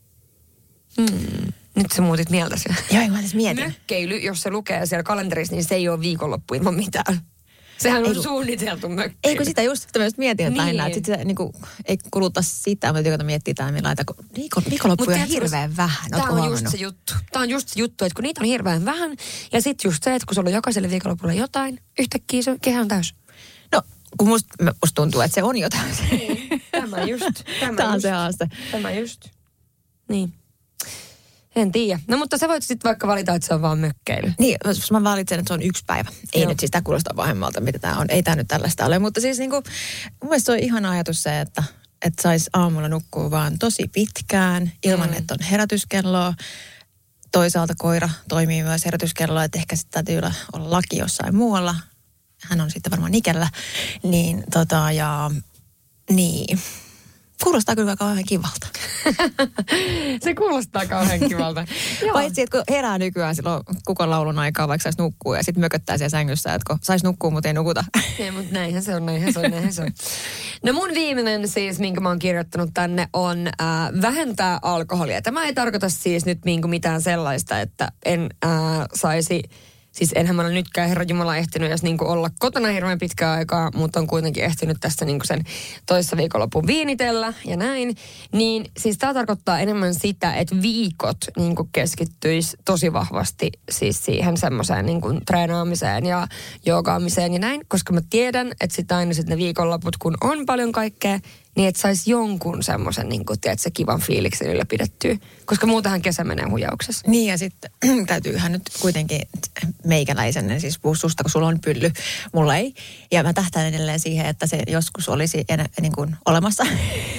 Hmm. Nyt sä muutit mieltäsi. Joo, mä tässä mietin. Mökkeily, jos se lukee siellä kalenterissa, niin se ei ole viikonloppu ilman mitään. Sehän on ei, suunniteltu mökkeily. Eikö sitä just, että mä just mietin, että niin. lähinnä, että sit se niinku, ei kuluta sitä, mutta joka miettii tämä, millä laita, kun viikon, viikonloppuja on hirveän vähän. Tämä on just se juttu. Tämä on just se juttu, että kun niitä on hirveän vähän, ja sitten just se, että kun sulla on jokaiselle viikonlopulle jotain, yhtäkkiä se kehä on täys. No, kun musta, musta tuntuu, että se on jotain. Niin, tämä just. Tämä, tämä on just, se haaste. Tämä just. Niin. En tiedä. No mutta sä voit sitten vaikka valita, että se on vaan mökkeily. Niin, jos mä valitsen, että se on yksi päivä. Ei Joo. nyt siis, tämä kuulostaa vahemmalta, mitä tämä on. Ei tämä nyt tällaista ole. Mutta siis niinku, mun mielestä se on ihana ajatus se, että, että saisi aamulla nukkua vaan tosi pitkään, ilman mm. että on herätyskelloa. toisaalta koira toimii myös herätyskellolla, että ehkä sitten täytyy olla, olla laki jossain muualla. Hän on sitten varmaan ikällä. Niin tota ja niin. Kuulostaa kyllä kauhean kivalta. Se kuulostaa kauhean kivalta. Paitsi, että kun herää nykyään silloin kukon laulun aikaa, vaikka saisi nukkua ja sitten mököttää siellä sängyssä, että kun saisi nukkua, mutta ei nukuta. Ei, mutta näinhän se on, näinhän se on, näinhän se on. No mun viimeinen siis, minkä mä oon kirjoittanut tänne, on äh, vähentää alkoholia. Tämä ei tarkoita siis nyt niin mitään sellaista, että en äh, saisi... Siis enhän mä ole nytkään, Herra Jumala, ehtinyt edes niinku olla kotona hirveän pitkään aikaa, mutta on kuitenkin ehtinyt tässä niinku sen toissa viikonlopun viinitellä ja näin. Niin siis tämä tarkoittaa enemmän sitä, että viikot niinku keskittyisi tosi vahvasti siis siihen semmoiseen niinku treenaamiseen ja joogaamiseen ja näin. Koska mä tiedän, että sitten aina sitten ne viikonloput, kun on paljon kaikkea, niin että saisi jonkun semmoisen, niin kuin, tiedät, se kivan fiiliksen ylläpidettyä. Koska muutenhan kesä menee huijauksessa. Niin ja sitten täytyyhän nyt kuitenkin meikäläisen, siis puhua susta, kun sulla on pylly, mulla ei. Ja mä tähtään edelleen siihen, että se joskus olisi enä, niin kuin olemassa.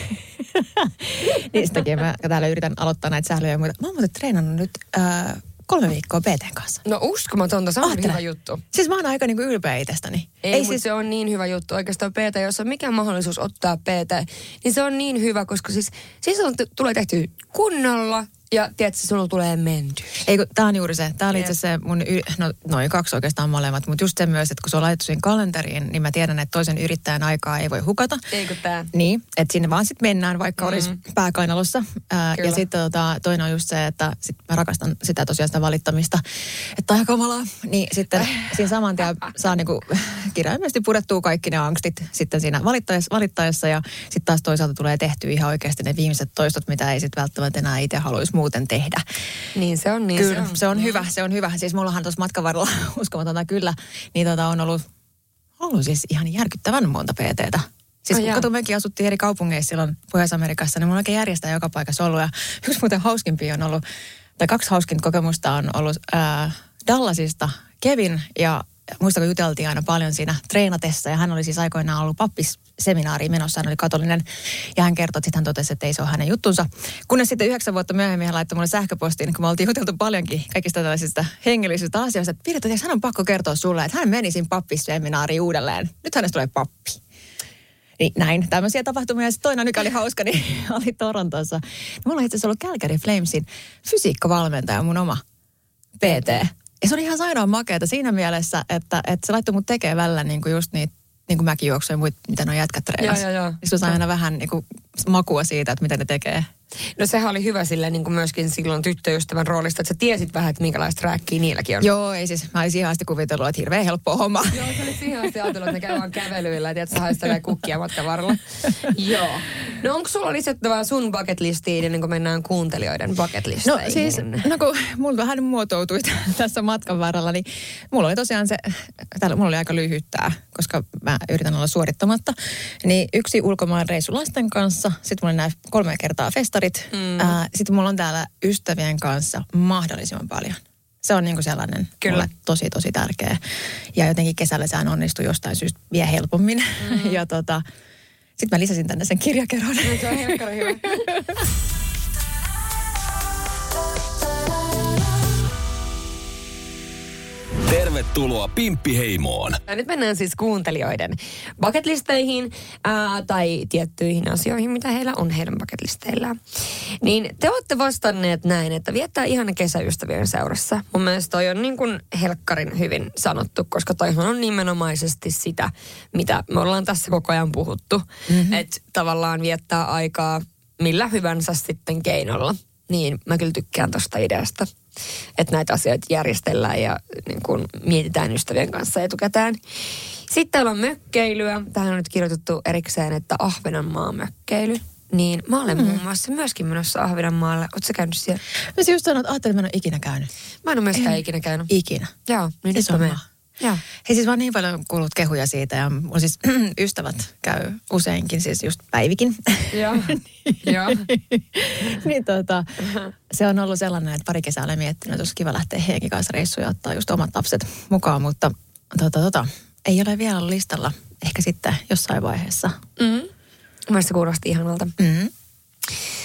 Niin sitäkin mä täällä yritän aloittaa näitä sählyjä ja muita. Mä oon muuten treenannut nyt äh, kolme viikkoa P T:n kanssa. No uskomatonta, se on Ahtele. Hyvä juttu. Siis mä oon aika niinku ylpeä itsestäni. Ei, Ei siis... se on niin hyvä juttu. Oikeastaan P T, jos on mikään mahdollisuus ottaa P T, niin se on niin hyvä, koska siis, siis on, t- tulee tehty kunnolla ja tiedätkö, sinulla tulee menty. Ei kun, tää on juuri se. Tää oli itse asiassa mun, y- no noin kaksi oikeastaan molemmat, mutta just se myös, että kun se on laitettu siihen kalenteriin, niin mä tiedän, että toisen yrittäjän aikaa ei voi hukata. Ei kun tää. Niin, että sinne vaan sitten mennään, vaikka mm. olisi pääkainalossa. Ää, ja sitten tota, toinen on just se, että sit mä rakastan sitä tosiaan sitä valittamista, että on kamalaa. Niin sitten siinä saman tien saa niinku kirjaimellisesti purettua kaikki ne angstit sitten siinä valittaessa, valittaessa ja sitten taas toisaalta tulee tehtyä ihan oikeasti ne viimeiset toistot, mitä ei sitten välttämättä enää itse haluaisi muuten tehdä. Niin se on, niin kyllä, se on. se on hyvä, se on hyvä. Siis mullahan tuossa matkan varrella, uskomatonta kyllä, niin tota on ollut, ollut siis ihan järkyttävän monta P T:tä. Siis oh, kun mekin asuttiin eri kaupungeissa silloin Pohjois-Amerikassa, niin mulla oikein järjestää joka paikassa ollut. Ja yksi muuten hauskimpia on ollut, tai kaksi hauskinta kokemusta on ollut ää, Dallasista Kevin ja muista, kun juteltiin aina paljon siinä treenatessa, ja hän oli siis aikoinaan ollut pappisseminaariin menossa, hän oli katolinen, ja hän kertoi, että hän totesi, että ei se ole hänen juttunsa. Kunnes sitten yhdeksän vuotta myöhemmin hän laittoi mulle sähköpostiin, kun me oltiin juteltu paljonkin kaikista tällaisista hengellisistä asioista, että Pirita, hän on pakko kertoa sulle, että hän meni siinä pappisseminaariin uudelleen. Nyt hänestä tulee pappi. Niin näin, tämmöisiä tapahtumia. Ja sitten toinen, mikä oli hauska, niin oli Torontossa. Mulla on itse asiassa ollut Calgary Flamesin fysiikkavalmentaja, mun oma P T. Ja se oli ihan sairaan makeata siinä mielessä, että, että se laittoi mut tekee välillä niin kuin just niitä niin kuin mäkijuoksuja ja muita, mitä ne on jätkät treenasi. Joo, joo, joo. Se sai aina vähän niin kuin makua siitä, että mitä ne tekee. No sehän oli hyvä silleen niin kuin myöskin silloin tyttöystävän roolista, että sä tiesit vähän, että minkälaista rääkkiä niilläkin on. Joo, ei siis, mä olisin ihan asti kuvitellut, että hirveän helppoa homma. Joo, se oli siihen asti ajatellut, että ne käy vaan kävelyillä, että sä haistelee kukkia matkan varrella. Joo. No onko sulla lisättävää sun bucket listiin ennen kuin mennään kuuntelijoiden bucket listeihin? No siis, no kun mulla vähän muotoutui tässä matkan varrella, niin mulla oli tosiaan se, täällä mulla oli aika lyhyttää, koska mä yritän olla suorittamatta. Niin yksi ulkomaan reissu lasten kanssa, sitten mulla oli nämä kolme kertaa festarit. Mm. Äh, sitten mulla on täällä ystävien kanssa mahdollisimman paljon. Se on niinku sellainen mulle tosi, tosi tärkeä. Ja jotenkin kesällä sehän onnistui jostain syystä vielä helpommin. Mm. Ja tota, sitten mä lisäsin tänne sen kirjakerron. No, se on helkkari hyvä. Tervetuloa Pimppiheimoon. Ja nyt mennään siis kuuntelijoiden bucketlisteihin ää, tai tiettyihin asioihin, mitä heillä on heidän bucketlisteillään. Niin te olette vastanneet näin, että viettää ihana kesäystävien seurassa. Mun mielestä toi on niin kuin helkkarin hyvin sanottu, koska toihan on nimenomaisesti sitä, mitä me ollaan tässä koko ajan puhuttu. Mm-hmm. Että tavallaan viettää aikaa millä hyvänsä sitten keinolla. Niin mä kyllä tykkään tosta ideasta. Että näitä asioita järjestellään ja niin kun mietitään ystävien kanssa etukäteen. Sitten täällä on mökkeilyä. Tähän on nyt kirjoitettu erikseen, että Ahvenanmaan mökkeily. Niin mä olen mm. muun muassa myöskin menossa Ahvenanmaalle. Ootko sä käynyt siellä? Mä siis just sanoin, että ajattelin, että mä en ole ikinä käynyt. Mä en ole myöskään en ikinä käynyt. Ikinä? Joo, niin nyt mä menen. Joo. Hei siis mä oon niin paljon kuullut kehuja siitä ja mun siis ystävät käy useinkin, siis just Päivikin. Joo, joo. Niin tota, se on ollut sellainen, että pari kesää olen miettinyt, että olisi kiva lähteä heidänkin kanssa reissuun ja ottaa just omat lapset mukaan, mutta tota, tota, ei ole vielä ollut listalla, ehkä sitten jossain vaiheessa. Mm-hmm. Mielestäni se kuulosti ihanalta. Mm-hmm.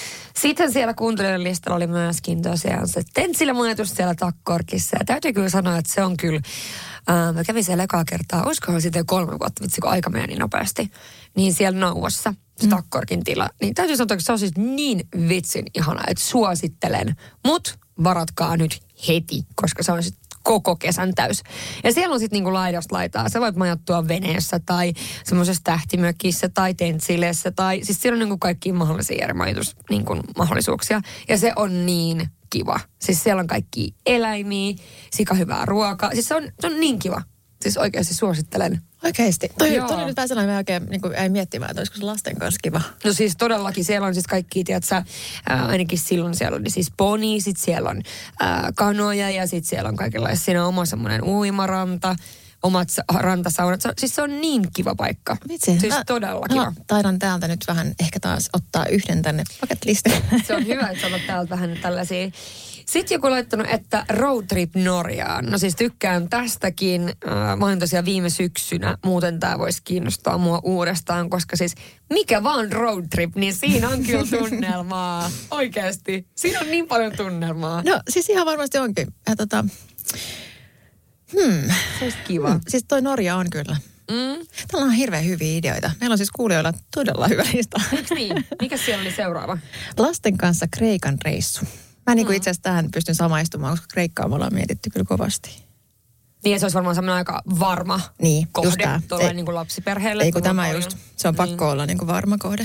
Sitten siellä kuuntelijoiden listalla oli myöskin tosiaan se Tentsilä majoitus siellä Takkorkissa. Ja täytyy kyllä sanoa, että se on kyllä, ää, mä kävin siellä ekaa kertaa, olisikohan sitten kolme vuotta, vitsi kun aika meni niin nopeasti. Niin siellä Nauvassa, se mm. Takkorkin tila. Niin täytyy sanoa, että se on siis niin vitsin ihana, että suosittelen. Mut varatkaa nyt heti, koska se on sitten koko kesän täys. Ja siellä on sitten niinku laidasta laitaa. Sä voit majoittua veneessä tai semmoisessa tähtimökissä tai tentsilessä tai siis siellä on niinku kaikkia mahdollisia eri majoitus niinku mahdollisuuksia. Ja se on niin kiva. Siis siellä on kaikki eläimiä, sika hyvää ruokaa. Siis se on, se on niin kiva. Siis oikeasti suosittelen. Oikeasti. Toi, toi oli nyt vähän sellainen, oikein niin kuin, ei miettimään, että olisiko se lasten kanssa kiva. No siis todellakin, siellä on siis kaikki, tiedätkö, ää, ainakin silloin siellä on siis poni, sit siellä on ää, kanoja ja sit siellä on kaikenlaista. Siinä on oma semmoinen uimaranta, omat rantasaunat. Siis se on niin kiva paikka. Vitsi. Siis mä, todella kiva. kiva. Taidan täältä nyt vähän ehkä taas ottaa yhden tänne bucket listaan. Se on hyvä, että sä otat täältä vähän tällaisia. Sitten joku on laittanut, että road trip Norjaan. No siis tykkään tästäkin. Äh, mä olin tosiaan viime syksynä. Muuten tää voisi kiinnostaa mua uudestaan, koska siis mikä vaan road trip, niin siinä on kyllä tunnelmaa. Oikeasti. Siinä on niin paljon tunnelmaa. No siis ihan varmasti onkin. Ja tota, hmm. Se olisi kiva. Hmm. Siis toi Norja on kyllä. Mm. Täällä on hirveän hyviä ideoita. Meillä on siis kuulijoilla todella hyvä lista. Eikö niin? Mikä siellä oli seuraava? Lasten kanssa Kreikan reissu. Mä niin kuin itse asiassa tähän pystyn samaistumaan, koska Kreikkaa me ollaan mietitty kyllä kovasti. Niin, se olisi varmaan semmoinen aika varma niin, kohde tuolla niin kuin lapsiperheelle. Ei kun tämä paljon. Just, se on pakko niin. olla niin kuin varma kohde.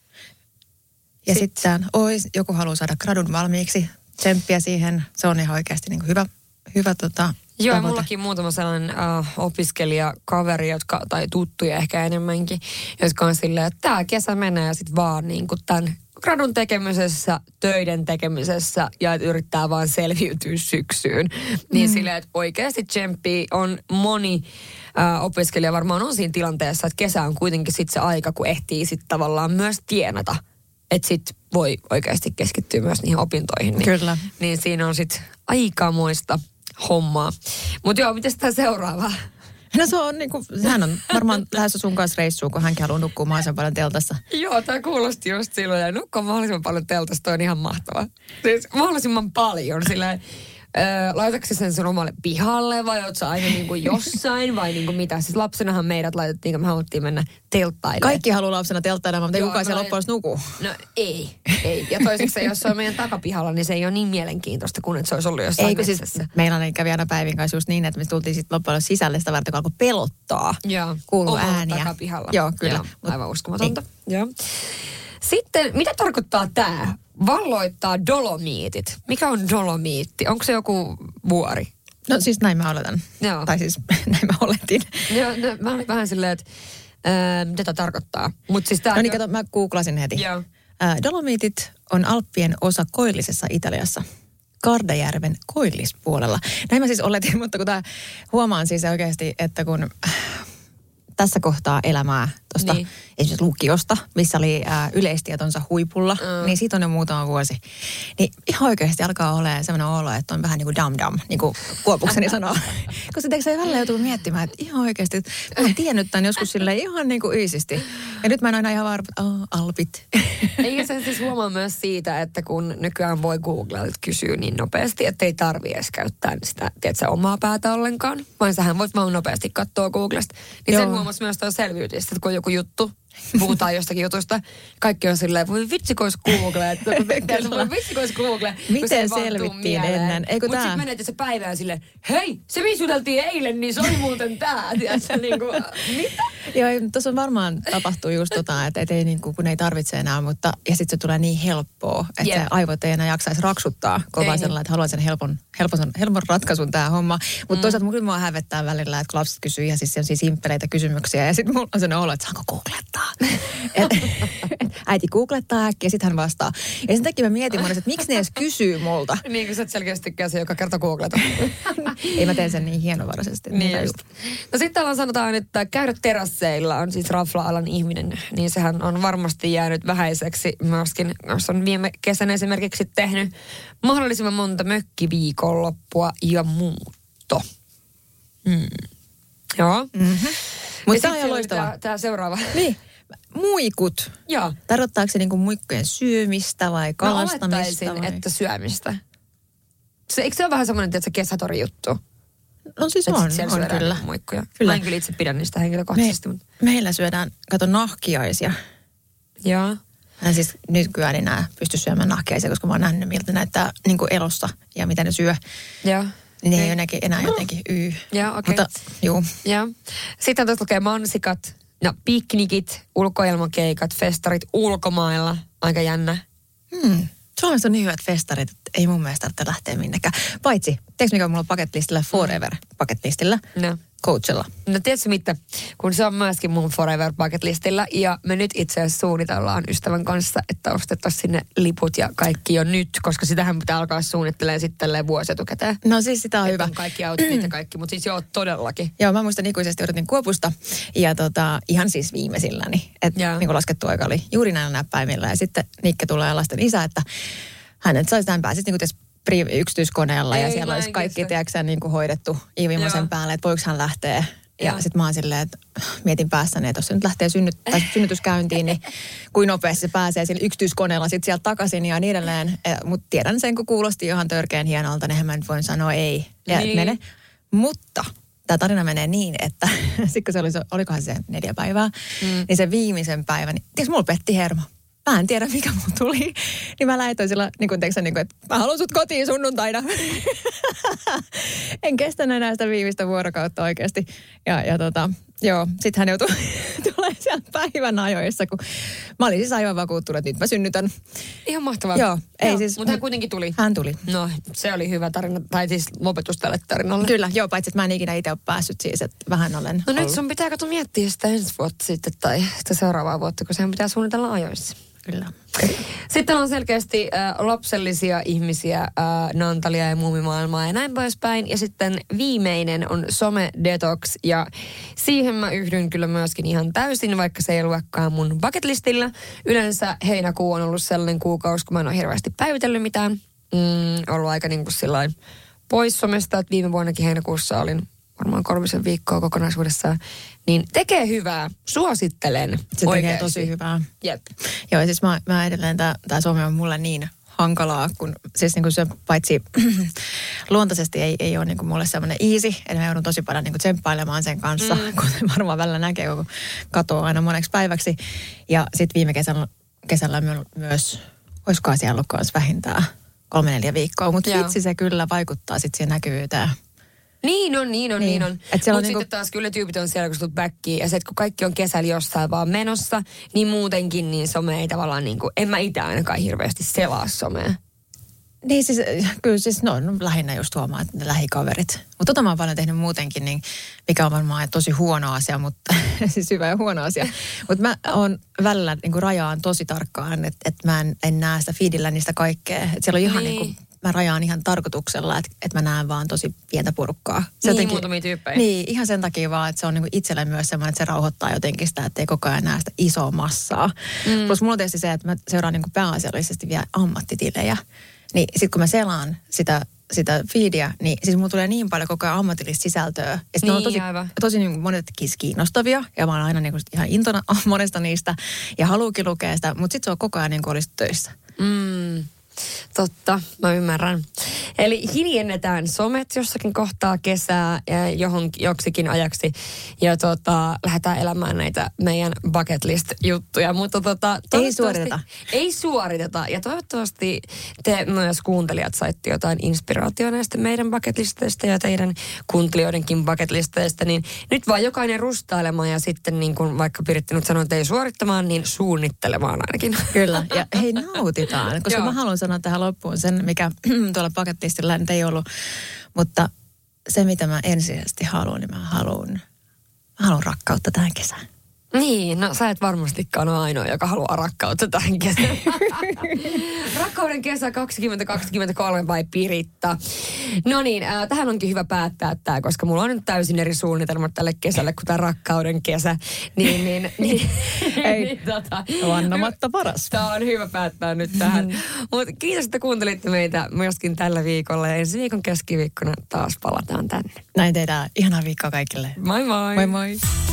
Ja sitten sit ois, joku haluaa saada gradun valmiiksi, tsemppiä siihen. Se on ihan oikeasti niin kuin hyvä, hyvä tota, joo, ja mullakin muutama sellainen uh, opiskelijakaveri, jotka, tai tuttuja ehkä enemmänkin, jotka on silleen, että tämä kesä menee ja sitten vaan niin kuin tämän gradun tekemisessä, töiden tekemisessä ja että yrittää vaan selviytyä syksyyn. Niin mm. silleen, että oikeasti tsemppi on moni ä, opiskelija varmaan on siinä tilanteessa, että kesä on kuitenkin sitten se aika, kun ehtii sitten tavallaan myös tienata. Että sitten voi oikeasti keskittyä myös niihin opintoihin. Niin, kyllä. Niin siinä on sitten aikamoista hommaa. Mutta joo, miten tämä seuraava? No se on niinku, hän on varmaan lähdössä sun kanssa reissuun, kun hänkin haluaa nukkua mahdollisimman paljon teltassa. Joo, tämä kuulosti just silloin, ja nukkua mahdollisimman paljon teltassa, toi on ihan mahtava. Siis mahdollisimman paljon, silleen, öö, laitatko sen sun omalle pihalle, vai oot sä aina niinku jossain, vai niinku mitä? Siis lapsenahan meidät laitettiin, kun me haluttiin mennä telttailemaan. Kaikki haluaa lapsena telttailemaan, mutta ei kukaan siellä loppujen nukuu. No ei, ei. Ja toiseksi, jos se on meidän takapihalla, niin se ei ole niin mielenkiintoista kuin että se olisi ollut jossain Eikö siis, meillä kävi aina Päivin kanssa just niin, että me tultiin sitten loppujen sisälle sitä varten, kun alkoi pelottaa. Joo. Kuuluu Omalla ääniä. takapihalla. Joo, kyllä. Joo, aivan uskomatonta. Joo. Sitten, mitä tarkoittaa tämä? Valloittaa dolomiitit. Mikä on dolomiitti? Onko se joku vuori? No siis näin mä oletan. Joo. Tai siis näin mä oletin. Joo, no, mä olin vähän silleen, että äh, mitä tämä tarkoittaa. Mut siis tää no niin, kato, mä googlasin heti. Joo. Äh, dolomiitit on Alppien osa Koillisessa Italiassa. Kardajärven koillispuolella. Näin mä siis oletin, mutta kun tää, huomaan siis oikeasti, että kun tässä kohtaa elämää tuosta niin. esimerkiksi lukiosta, missä oli ää, yleistietonsa huipulla, mm. niin siitä on jo muutama vuosi. Niin ihan oikeasti alkaa olemaan sellainen olo, että on vähän niin kuin dam-dam, niin kuin Kuopukseni sanoo. Koska teikö se välillä joutuu miettimään, että ihan oikeasti, että mä oon tiennyt tämän joskus silleen ihan niin kuin yisisti. Ja nyt mä en aina ihan varma, että oh, Alpit. Eikä se siis huomaa myös siitä, että kun nykyään voi Googlelta kysyä niin nopeasti, että ei tarvitse edes käyttää sitä, tiedätkö, omaa päätä ollenkaan, vaan sähän voit vaan nopeasti katsoa Googlesta. Niin sen huomasi myös tuo selviytistä, että kun on joku juttu, puhutaan jostakin jutusta, kaikki on silleen, voi vitsi kois Google, että voi vitsi kois Google. Miten selvittiin ennen? Mutta sitten menet se päivään silleen, hei, se viisuteltiin eilen, niin se oli muuten tää. Tiedätkö, niin kuin, mitä? Joo, tuossa varmaan tapahtuu just tota, että et ei niin kuin, kun ei tarvitse enää, mutta ja sitten se tulee niin helppoa, että yep. aivot ei enää jaksaisi raksuttaa kovaa sellainen, että haluan sen helpon, helpon, helpon ratkaisun tää homma. Mutta mm. toisaalta kyllä mua hävettää välillä, että kun lapset kysyy ihan siis sellaisia simppeleitä kysymyksiä ja sitten mulla on sellainen olo, että saanko googlettaa? et, et, äiti googlettaa äkkiä ja sitten hän vastaa. Ja sen takia mä mietin monesti, että miksi ne edes kysyy multa. Niin kuin sä et selkeästi tykkää se, joka kerta googleta. Ei mä teen sen niin hienovaraisesti. Niin just. No sitten täällä sanotaan, että käydä terasseilla on siis rafla-alan ihminen, niin sehän on varmasti jäänyt vähäiseksi myöskin, jos on viime kesänä esimerkiksi tehnyt mahdollisimman monta mökkiviikonloppua ja muutto. Mm. Joo. Mm-hmm. Mutta tämä on ihan loistava. Tämä seuraava. Niin. Muikut. Joo. Tarkoittaako se niinku muikkujen syömistä vai kalastamista? Mä olettaisin, vai? että syömistä. Se, eikö se ole vähän semmoinen, että se kesätori juttu? No siis että on, siellä on syödään kyllä. muikkuja. Kyllä. Mä en kyllä itse pidä niistä henkilökohtaisesti. Me, mutta... Meillä syödään, kato, nahkiaisia. Joo. Ja siis nykyään enää pysty syömään nahkiaisia, koska mä oon nähnyt, miltä näyttää niin kuin elossa ja mitä ne syö. Joo. Niin ne ei jotenkin enää jotenkin y. Joo, okei. Mutta juu. Joo. Sitten tuossa lukee mansikat, no piknikit, ulkoilmakeikat, festarit ulkomailla. Aika jännä. Hmm. Suomessa on niin hyvät festarit, että ei mun mielestä tarvitse lähteä minnekään. Paitsi, tiedätkö mikä on mulla paketlistillä? Forever paketlistillä. No. Coachella. No tiedätkö mitä, kun se on myöskin mun Forever bucket listillä ja me nyt itse asiassa suunnitellaan ystävän kanssa, että ostettaisiin sinne liput ja kaikki jo nyt, koska sitähän pitää alkaa suunnittelemaan sitten tälleen vuosi etukäteen. No siis sitä on että hyvä. On kaikki outfitit ja kaikki, mutta siis joo, todellakin. Joo, mä muistan ikuisesti odotin Kuopusta ja tota, ihan siis viimeisilläni. Että niin kuin laskettu aika oli juuri näillä näppäimillä ja sitten Nikke tulee lasten isä, että hänet saisi, hän pääsisi niin kuin yksityiskoneella ei, ja siellä olisi kaikki, tiedätkö, niin kuin hoidettu Iivimosen päälle, että voiko hän lähteä. Ja sitten mä oon silleen, että mietin päässäni, että jos se nyt lähtee synnyt, tai synnytyskäyntiin, niin kuin nopeasti se pääsee sillä yksityiskoneella sitten sieltä takaisin ja niin edelleen. Mutta tiedän sen, kun kuulosti ihan törkeän hienolta, niin mä nyt voin sanoa ei. Ja niin. mene. Mutta tämä tarina menee niin, että sitten kun se oli, olikohan se neljä päivää, mm. niin se viimeisen päivän, niin tiedätkö, mulla petti hermo. Mä en tiedä, mikä mulla tuli. Niin mä laitoin sillä, niin kuin teksä, niin kuin, että mä haluan sut kotiin sunnuntaina. En kestänyt enää sitä viimeistä vuorokautta oikeasti. Ja, ja tota, joo, sit hän joutui tulee sieltä päivän ajoissa, kun mä olin siis aivan vakuuttunut, että nyt mä synnytän. Ihan mahtavaa. Joo, ei joo, siis. Mutta hän kuitenkin tuli. Hän tuli. No, se oli hyvä tarina, tai siis lopetus tälle tarinalle. Kyllä, joo, paitsi että mä en ikinä itse ole päässyt siis, että vähän olen No ollut. nyt sun pitää katsoa miettiä sitä ensi vuotta sitten, tai sitä seuraavaa vuotta, kun sehän pitää suunnitella ajoissa. Kyllä. Sitten on selkeästi äh, lapsellisia ihmisiä, äh, Nantalia ja muumimaailmaa ja näin poispäin. Ja sitten viimeinen on some-detox ja siihen mä yhdyn kyllä myöskin ihan täysin, vaikka se ei luekaan mun bucketlistillä. Yleensä heinäkuu on ollut sellainen kuukausi, kun mä en ole hirveästi päivitellyt mitään. Mm, ollut aika niin kuin sillain pois somesta, että viime vuonnakin heinäkuussa olin varmaan kolmisen viikkoa kokonaisuudessaan, niin tekee hyvää. Suosittelen. Se oikeasti. tekee tosi hyvää. Jep. Joo, siis mä, mä edelleen, tämä some on mulle niin hankalaa, kun siis niin kuin se paitsi luontaisesti ei, ei ole niin kuin mulle semmoinen easy, että mä joudun tosi paljon niin kuin tsemppailemaan sen kanssa, mm. kun varmaan välillä näkee, kun katoaa aina moneksi päiväksi. Ja sitten viime kesällä, kesällä myös, olisikohan siellä ollut kanssa vähintään kolme neljä viikkoa, mutta vitsi se kyllä vaikuttaa sitten siihen näkyvyyteen. Niin on, niin on, niin, niin on. Mutta niinku... sitten taas kyllä tyypit on siellä, kun sä tulet backiin. Ja se, että kun kaikki on kesällä jossain vaan menossa, niin muutenkin niin some ei tavallaan niin kuin, en mä itse ainakaan hirveästi selaa somea. Niin siis, kyllä siis no, no lähinnä just huomaa, että ne lähikaverit. Mutta tota mä oon paljon tehnyt muutenkin, niin mikä on varmaan tosi huono asia, mutta siis hyvä ja huono asia. Mutta mä oon välillä niin kuin rajaan tosi tarkkaan, että et mä en, en näe sitä feedillä niistä kaikkea. Et siellä on ihan niin, niin kuin, mä rajaan ihan tarkoituksella, että et mä näen vaan tosi pientä porukkaa. Se niin, jotenkin, muutamia tyyppejä. Niin, ihan sen takia vaan, että se on niin kuin itselle myös semmoinen, että se rauhoittaa jotenkin sitä, että ei koko ajan näe sitä isoa massaa. Mm. Plus mulla on tietysti se, että mä seuraan niin kuin pääasiallisesti vielä ammattitilejä. Niin sit kun mä selaan sitä, sitä feedia, niin siis mulla tulee niin paljon koko ajan ammatillista sisältöä. Ja sit niin, ne on tosi, tosi niin monet kiinnostavia. Ja mä oon aina niin kuin ihan intona monesta niistä. Ja haluukin lukea sitä, mutta sit se on koko ajan niin kuin olisi töissä. Mm. Totta, mä ymmärrän. Eli hiljennetään somet jossakin kohtaa kesää johon, joksikin ajaksi ja tota, lähdetään elämään näitä meidän bucket list-juttuja. Mutta tota, ei suoriteta. Ei suoriteta. Ja toivottavasti te myös kuuntelijat saitte jotain inspiraatiota näistä meidän bucket listeistä ja teidän kuuntelijoidenkin bucket listeistä. Niin nyt vaan jokainen rustailemaan ja sitten niin kuin vaikka pyritte nyt sanoa, että ei suorittamaan, niin suunnittelemaan ainakin. Kyllä. Ja hei, nautitaan. Koska mä haluan sanoa tähän loppuun sen, mikä tuolla bucketlistillä nyt ei ollut. Mutta se, mitä mä ensisijaisesti haluan, niin mä haluan, mä haluan rakkautta tähän kesään. Niin, no sä et varmastikaan ole ainoa, joka haluaa rakkautta tähän kesään. Rakkauden kesä kaksituhattakaksikymmentäkolme vai Piritta? No niin, äh, tähän onkin hyvä päättää tämä, koska mulla on nyt täysin eri suunnitelmat tälle kesälle kuin tämä rakkauden kesä. Niin, niin, niin. Ei, niin, tota, vannamatta paras. Tämä on hyvä päättää nyt tähän. Mutta kiitos, että kuuntelitte meitä myöskin tällä viikolla ja ensi viikon keskiviikkona taas palataan tänne. Näin tehdään. Ihanaa viikkoa kaikille. Moi moi. Moi moi.